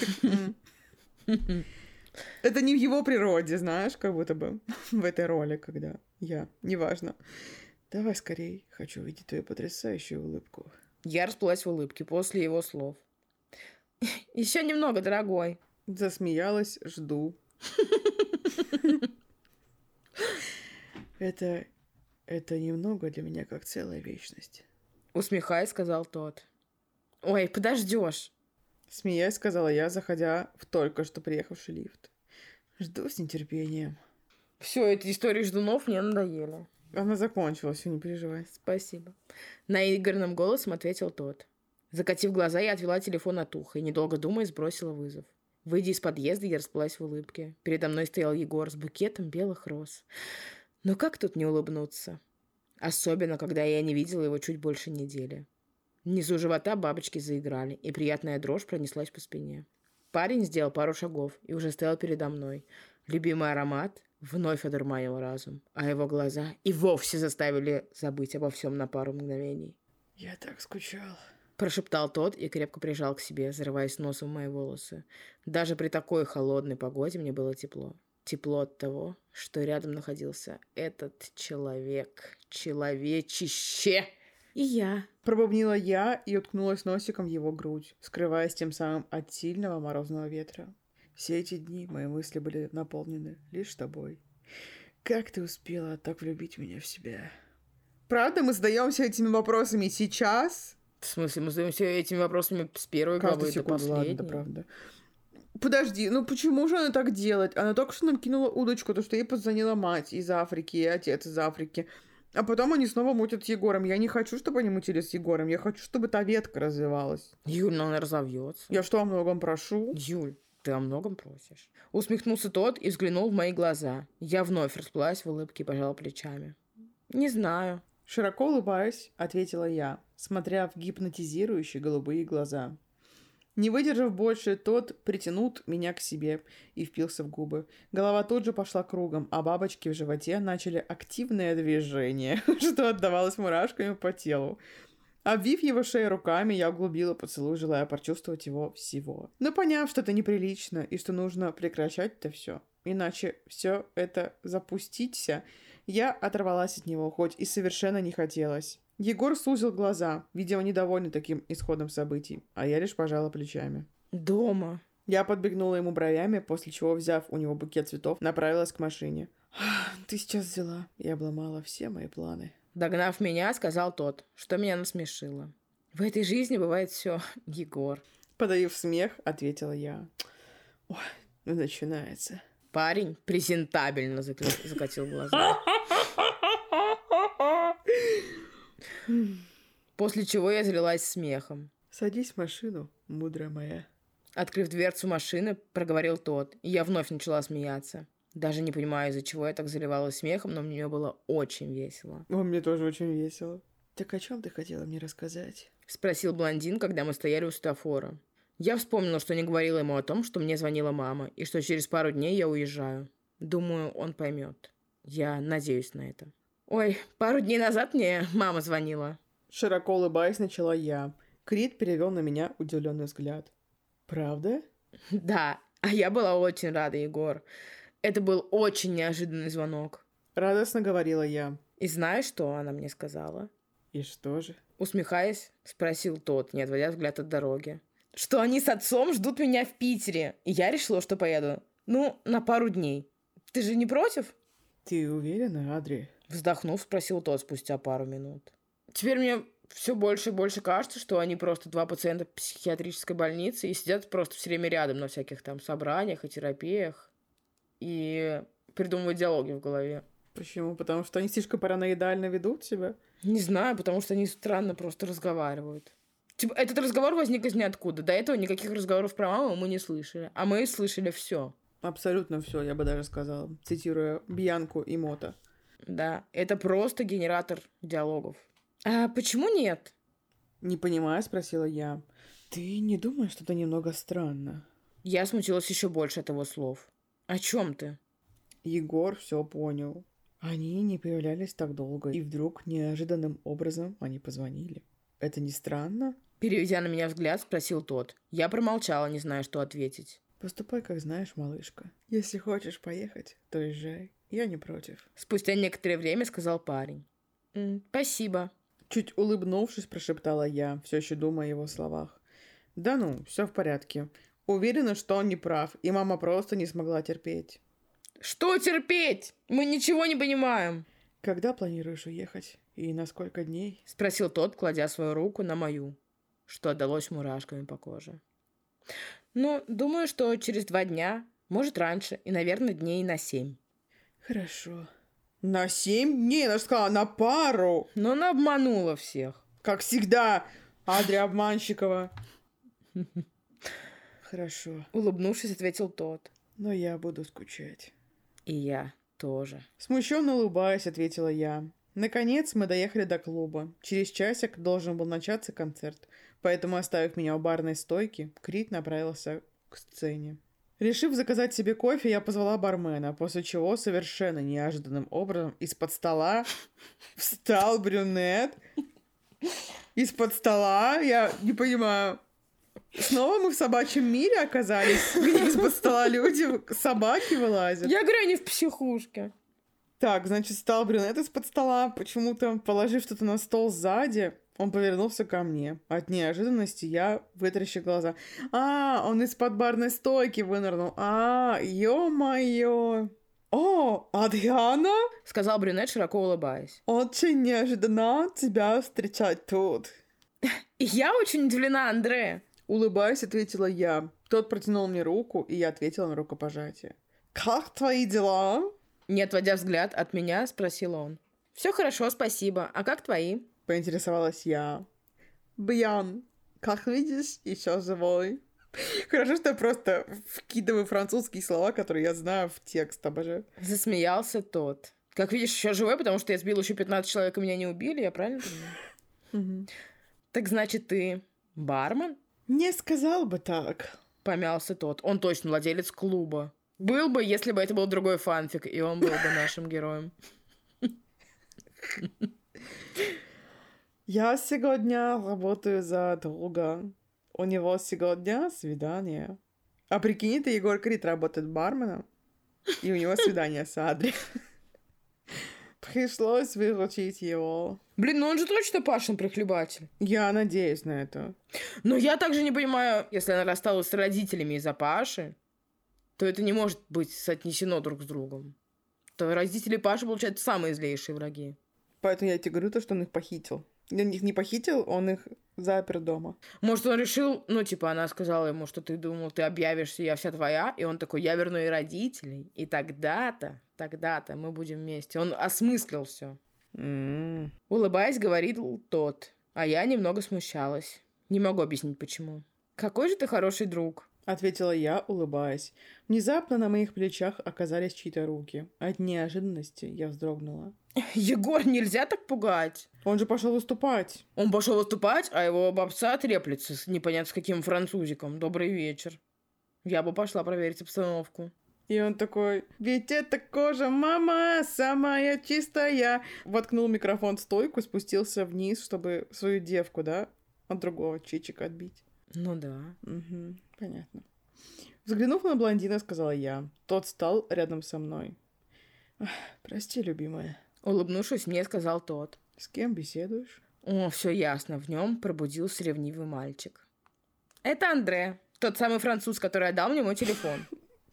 Это не в его природе, знаешь, как будто бы в этой роли, когда я. Неважно. Давай скорей, хочу увидеть твою потрясающую улыбку. Я расплылась в улыбке после его слов. Еще немного, дорогой. Засмеялась, жду. Это... это немного для меня как целая вечность. Усмехаясь, сказал тот. Ой, подождешь. Смеясь, сказала я, заходя в только что приехавший лифт. Жду с нетерпением. Все, эти истории ждунов мне надоели. Она закончилась, все, не переживай. Спасибо. Наигранным голосом ответил тот. Закатив глаза, я отвела телефон от уха и, недолго думая, сбросила вызов. Выйдя из подъезда, я расплылась в улыбке. Передо мной стоял Егор с букетом белых роз. Но как тут не улыбнуться? Особенно, когда я не видела его чуть больше недели. Внизу живота бабочки заиграли, и приятная дрожь пронеслась по спине. Парень сделал пару шагов и уже стоял передо мной. Любимый аромат вновь одурманил разум, а его глаза и вовсе заставили забыть обо всем на пару мгновений. «Я так скучал», — прошептал тот и крепко прижал к себе, зарываясь носом в мои волосы. Даже при такой холодной погоде мне было тепло. Тепло от того, что рядом находился этот человек. Человечище! И я. Пробубнила я и уткнулась носиком в его грудь, скрываясь тем самым от сильного морозного ветра. Все эти дни мои мысли были наполнены лишь тобой. Как ты успела так влюбить меня в себя? Правда, мы задаемся этими вопросами сейчас? В смысле, мы задаемся этими вопросами с первой главы до последней? Ладно, да, правда. Подожди, ну почему же она так делает? Она только что нам кинула удочку, то, что ей позвонила мать из Африки и отец из Африки. А потом они снова мутят с Егором. Я не хочу, чтобы они мутили с Егором. Я хочу, чтобы та ветка развивалась. Юль, ну она разовьется. Я что, о многом прошу? Юль, ты о многом просишь. Усмехнулся тот и взглянул в мои глаза. Я вновь расплылась в улыбке и пожала плечами. Не знаю. Широко улыбаясь, ответила я, смотря в гипнотизирующие голубые глаза. Не выдержав больше, тот притянул меня к себе и впился в губы. Голова тут же пошла кругом, а бабочки в животе начали активное движение, что отдавалось мурашками по телу. Обвив его шею руками, я углубила поцелуй, желая почувствовать его всего. Но поняв, что это неприлично и что нужно прекращать это все, иначе все это запуститься, я оторвалась от него, хоть и совершенно не хотелось. Егор сузил глаза, видимо, недовольный таким исходом событий, а я лишь пожала плечами. Дома. Я подбегнула ему бровями, после чего, взяв у него букет цветов, направилась к машине. «Ты сейчас взяла и обломала все мои планы». Догнав меня, сказал тот, что меня насмешило. В этой жизни бывает все, Егор. Подавив смех, ответила я. Ой, ну начинается. Парень презентабельно закатил глаза. После чего я залилась смехом. «Садись в машину, мудрая моя». Открыв дверцу машины, проговорил тот, и я вновь начала смеяться. Даже не понимаю, из-за чего я так заливалась смехом, но мне было очень весело. О, мне тоже очень весело. «Так о чем ты хотела мне рассказать?» — спросил блондин, когда мы стояли у светофора. Я вспомнила, что не говорила ему о том, что мне звонила мама, и что через пару дней я уезжаю. Думаю, он поймет. Я надеюсь на это. Ой, пару дней назад мне мама звонила. Широко улыбаясь, начала я. Крит перевел на меня удивленный взгляд. «Правда?» Да, а я была очень рада, Егор. Это был очень неожиданный звонок. Радостно говорила я. И знаешь, что она мне сказала? И что же? Усмехаясь, спросил тот, не отводя взгляд от дороги. Что они с отцом ждут меня в Питере. И я решила, что поеду Ну, на пару дней. Ты же не против? Ты уверена, Адри? Вздохнув, спросил тот спустя пару минут. Теперь мне все больше и больше кажется, что они просто два пациента психиатрической больницы и сидят просто все время рядом на всяких там собраниях и терапиях и придумывают диалоги в голове. Почему? Потому что они слишком параноидально ведут себя? Не знаю, потому что они странно просто разговаривают. Типа, этот разговор возник из ниоткуда. До этого никаких разговоров про маму мы не слышали. А мы слышали все. Абсолютно все, я бы даже сказала, цитируя Бьянку и Мота. Да, это просто генератор диалогов. А почему нет? Не понимаю, спросила я. Ты не думаешь, что это немного странно? Я смутилась еще больше от его слов. О чем ты? Егор все понял. Они не появлялись так долго, и вдруг неожиданным образом они позвонили. Это не странно? Переведя на меня взгляд, спросил тот. Я промолчала, не зная, что ответить. Поступай, как знаешь, малышка. Если хочешь поехать, то езжай. Я не против. Спустя некоторое время сказал парень. «М, спасибо. Чуть улыбнувшись, прошептала я, все еще думая о его словах. Да ну, все в порядке. Уверена, что он не прав, и мама просто не смогла терпеть. Что терпеть? Мы ничего не понимаем. Когда планируешь уехать? И на сколько дней? Спросил тот, кладя свою руку на мою, что отдалось мурашками по коже. Ну, думаю, что через два дня, может раньше, и, наверное, дней на семь. Хорошо. На семь дней? Она же сказала, на пару. Но она обманула всех. Как всегда, Адри Обманщикова. Хорошо. Улыбнувшись, ответил тот. Но я буду скучать. И я тоже. Смущенно улыбаясь, ответила я. Наконец мы доехали до клуба. Через часик должен был начаться концерт. Поэтому, оставив меня у барной стойки, Крит направился к сцене. Решив заказать себе кофе, я позвала бармена, после чего совершенно неожиданным образом из-под стола встал брюнет. Из-под стола, я не понимаю. Снова мы в собачьем мире оказались, где из-под стола люди, собаки вылазят. Я говорю, они в психушке. Так, значит, встал брюнет из-под стола, почему-то положив что-то на стол сзади. Он повернулся ко мне. От неожиданности я вытаращила глаза. А, он из-под барной стойки вынырнул. А, ё-моё. О, Адриана? Сказал брюнет, широко улыбаясь. Очень неожиданно тебя встречать тут. И я очень удивлена, Андре. Улыбаясь, ответила я. Тот протянул мне руку, и я ответила на рукопожатие. Как твои дела? Не отводя взгляд от меня, спросил он. Все хорошо, спасибо. А как твои? Поинтересовалась я. Бьян, как видишь, еще живой. Хорошо, что я просто вкидываю французские слова, которые я знаю в текст, обожаю. Засмеялся тот. Как видишь, еще живой, потому что я сбил еще пятнадцать человек, и меня не убили, я правильно понимаю? Так значит, ты бармен? Не сказал бы так. Помялся тот. Он точно владелец клуба. Был бы, если бы это был другой фанфик, и он был бы нашим героем. Я сегодня работаю за друга. У него сегодня свидание. А прикинь, ты, Егор Крид работает барменом, и у него свидание с Адри. Пришлось выручить его. Блин, ну он же точно Пашин прихлебатель. Я надеюсь на это. Но я также не понимаю, если она рассталась с родителями из-за Паши, то это не может быть соотнесено друг с другом. То родители Паши, получаются самые злейшие враги. Поэтому я тебе говорю то, что он их похитил. Он их не похитил, он их запер дома. Может, он решил, ну, типа, она сказала ему, что ты думал, ты объявишься, я вся твоя, и он такой, я верну и родителей, и тогда-то, тогда-то мы будем вместе. Он осмыслил все. Mm. Улыбаясь, говорил тот, а я немного смущалась. Не могу объяснить, почему. Какой же ты хороший друг. Ответила я, улыбаясь. Внезапно на моих плечах оказались чьи-то руки. От неожиданности я вздрогнула. Егор, нельзя так пугать. Он же пошел выступать. Он пошел выступать, а его бабца треплется с непонятно с каким французиком. Добрый вечер. Я бы пошла проверить обстановку. И он такой, ведь это кожа, мама, самая чистая. Воткнул микрофон в стойку, спустился вниз, чтобы свою девку, да, от другого чичика отбить. Ну да. Угу, понятно. Взглянув на блондина, сказала я. Тот встал рядом со мной. Прости, любимая. Улыбнувшись, мне сказал тот. С кем беседуешь? О, все ясно. В нем пробудился ревнивый мальчик. Это Андре, тот самый француз, который отдал мне мой телефон.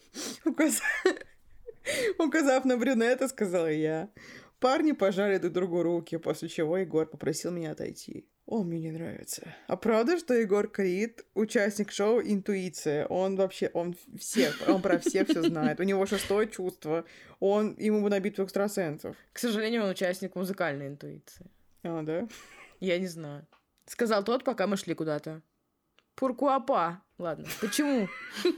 Указ... Указав на брюнета, сказала я. Парни пожали друг другу руки, после чего Егор попросил меня отойти. Он мне не нравится. А правда, что Егор Крид, участник шоу «Интуиция»? Он вообще, он всех, он про всех все знает. У него шестое чувство. Он, ему бы на битву экстрасенсов. К сожалению, он участник музыкальной интуиции. А, да? Я не знаю. Сказал тот, пока мы шли куда-то. Пуркуапа. Ладно, почему?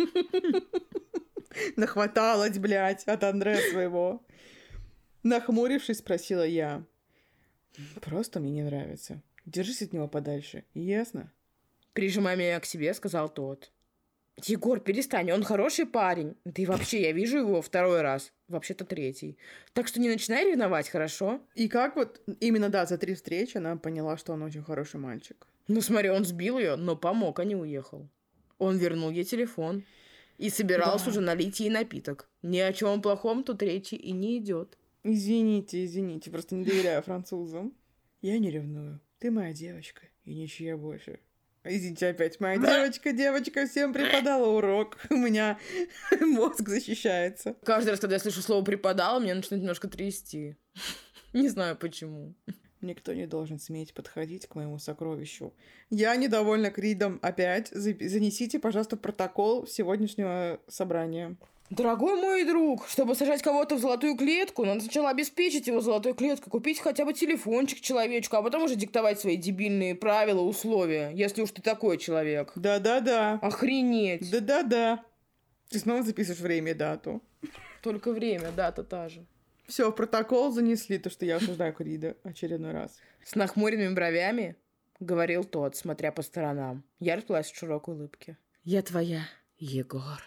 Нахваталась, блядь, от Андре своего. Нахмурившись, спросила я. Просто мне не нравится. Держись от него подальше, ясно? Прижимай меня к себе, сказал тот. Егор, перестань, он хороший парень. Да и вообще, я вижу его второй раз. Вообще-то третий. Так что не начинай ревновать, хорошо? И как вот именно, да, за три встречи она поняла, что он очень хороший мальчик. Ну смотри, он сбил ее, но помог, а не уехал. Он вернул ей телефон. И собирался да. уже налить ей напиток. Ни о чем плохом тут речи и не идет. Извините, извините, просто не доверяю французам. Я не ревную. Ты моя девочка, и ничья больше. Извините, опять моя девочка, девочка, всем преподала урок. У меня мозг защищается. Каждый раз, когда я слышу слово «преподала», меня начинает немножко трясти. Не знаю почему. Никто не должен сметь подходить к моему сокровищу. Я недовольна Кридом опять. Занесите, пожалуйста, протокол сегодняшнего собрания. Дорогой мой друг, чтобы сажать кого-то в золотую клетку, надо сначала обеспечить его золотой клеткой, купить хотя бы телефончик человечку, а потом уже диктовать свои дебильные правила, условия, если уж ты такой человек. Да-да-да. Охренеть. Да-да-да. Ты снова записываешь время и дату. Только время, дата та же. Все, в протокол занесли то, что я осуждаю Крида очередной раз. С нахмуренными бровями говорил тот, смотря по сторонам. Я расплылась в широкой улыбке. Я твоя, Егор.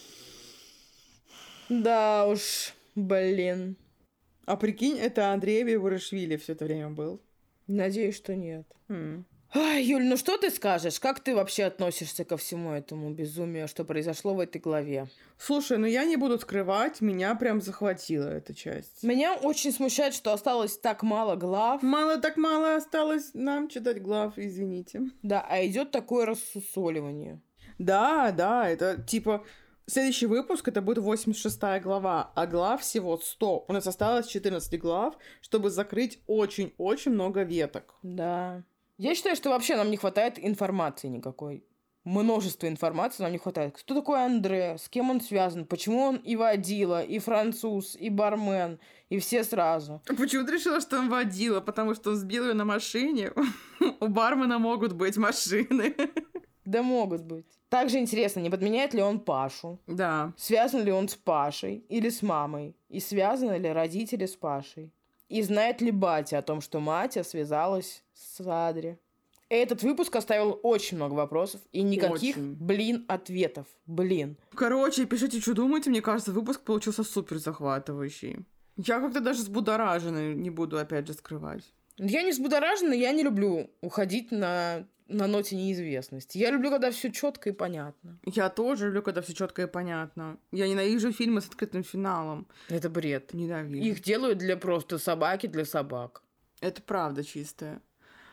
Да уж, блин. А прикинь, это Андрей Виворишвили все это время был. Надеюсь, что нет. М. Ай, Юль, ну что ты скажешь? Как ты вообще относишься ко всему этому безумию, что произошло в этой главе? Слушай, ну я не буду скрывать, меня прям захватила эта часть. Меня очень смущает, что осталось так мало глав. Мало так мало осталось нам читать глав, извините. Да, а идет такое рассусоливание. Да, да, это типа... Следующий выпуск, это будет восемьдесят шестая глава, а глав всего сто. У нас осталось четырнадцать глав, чтобы закрыть очень-очень много веток. Да. Я считаю, что вообще нам не хватает информации никакой. Множество информации нам не хватает. Кто такой Андре? С кем он связан? Почему он и водила, и француз, и бармен, и все сразу? Почему ты решила, что он водила? Потому что он сбил ее на машине? У бармена могут быть машины. Да могут быть. Также интересно, не подменяет ли он Пашу? Да. Связан ли он с Пашей или с мамой? И связаны ли родители с Пашей? И знает ли батя о том, что Матя связалась с Адри? Этот выпуск оставил очень много вопросов и никаких, очень. блин, ответов. Блин. Короче, пишите, что думаете. Мне кажется, выпуск получился супер захватывающий. Я как-то даже взбудоражена, не буду опять же скрывать. Я не взбудоражена, я не люблю уходить на... на ноте неизвестности. Я люблю, когда все четко и понятно. Я тоже люблю, когда все четко и понятно. Я ненавижу фильмы с открытым финалом. Это бред. Ненавижу. Их делают для просто собаки, для собак. Это правда чистая.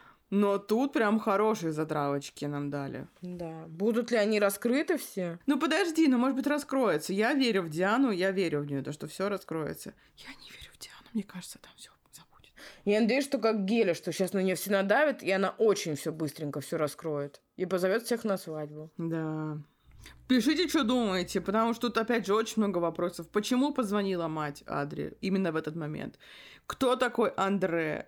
Но тут прям хорошие затравочки нам дали. Да. Будут ли они раскрыты все? Ну подожди, ну может быть раскроется. Я верю в Диану, я верю в нее, то что все раскроется. Я не верю в Диану, мне кажется, там все забудет. Я надеюсь, что как Геля, что сейчас на нее все надавят, и она очень все быстренько все раскроет. И позовет всех на свадьбу. Да. Пишите, что думаете, потому что тут опять же очень много вопросов. Почему позвонила мать Адри именно в этот момент? Кто такой Андре?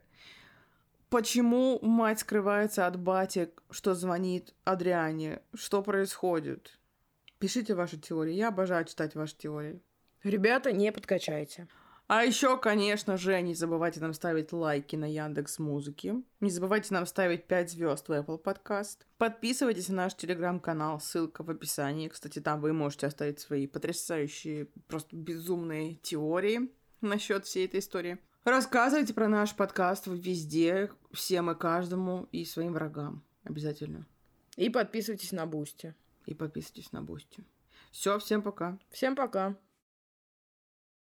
Почему мать скрывается от бати, что звонит Адриане? Что происходит? Пишите ваши теории. Я обожаю читать ваши теории. Ребята, не подкачайте. А еще, конечно же, не забывайте нам ставить лайки на Яндекс.Музыке. Не забывайте нам ставить пять звезд в Apple Podcast. Подписывайтесь на наш телеграм-канал, ссылка в описании. Кстати, там вы можете оставить свои потрясающие, просто безумные теории насчет всей этой истории. Рассказывайте про наш подкаст везде, всем и каждому, и своим врагам. Обязательно. И подписывайтесь на Бусти. И подписывайтесь на Бусти. Все, всем пока. Всем пока.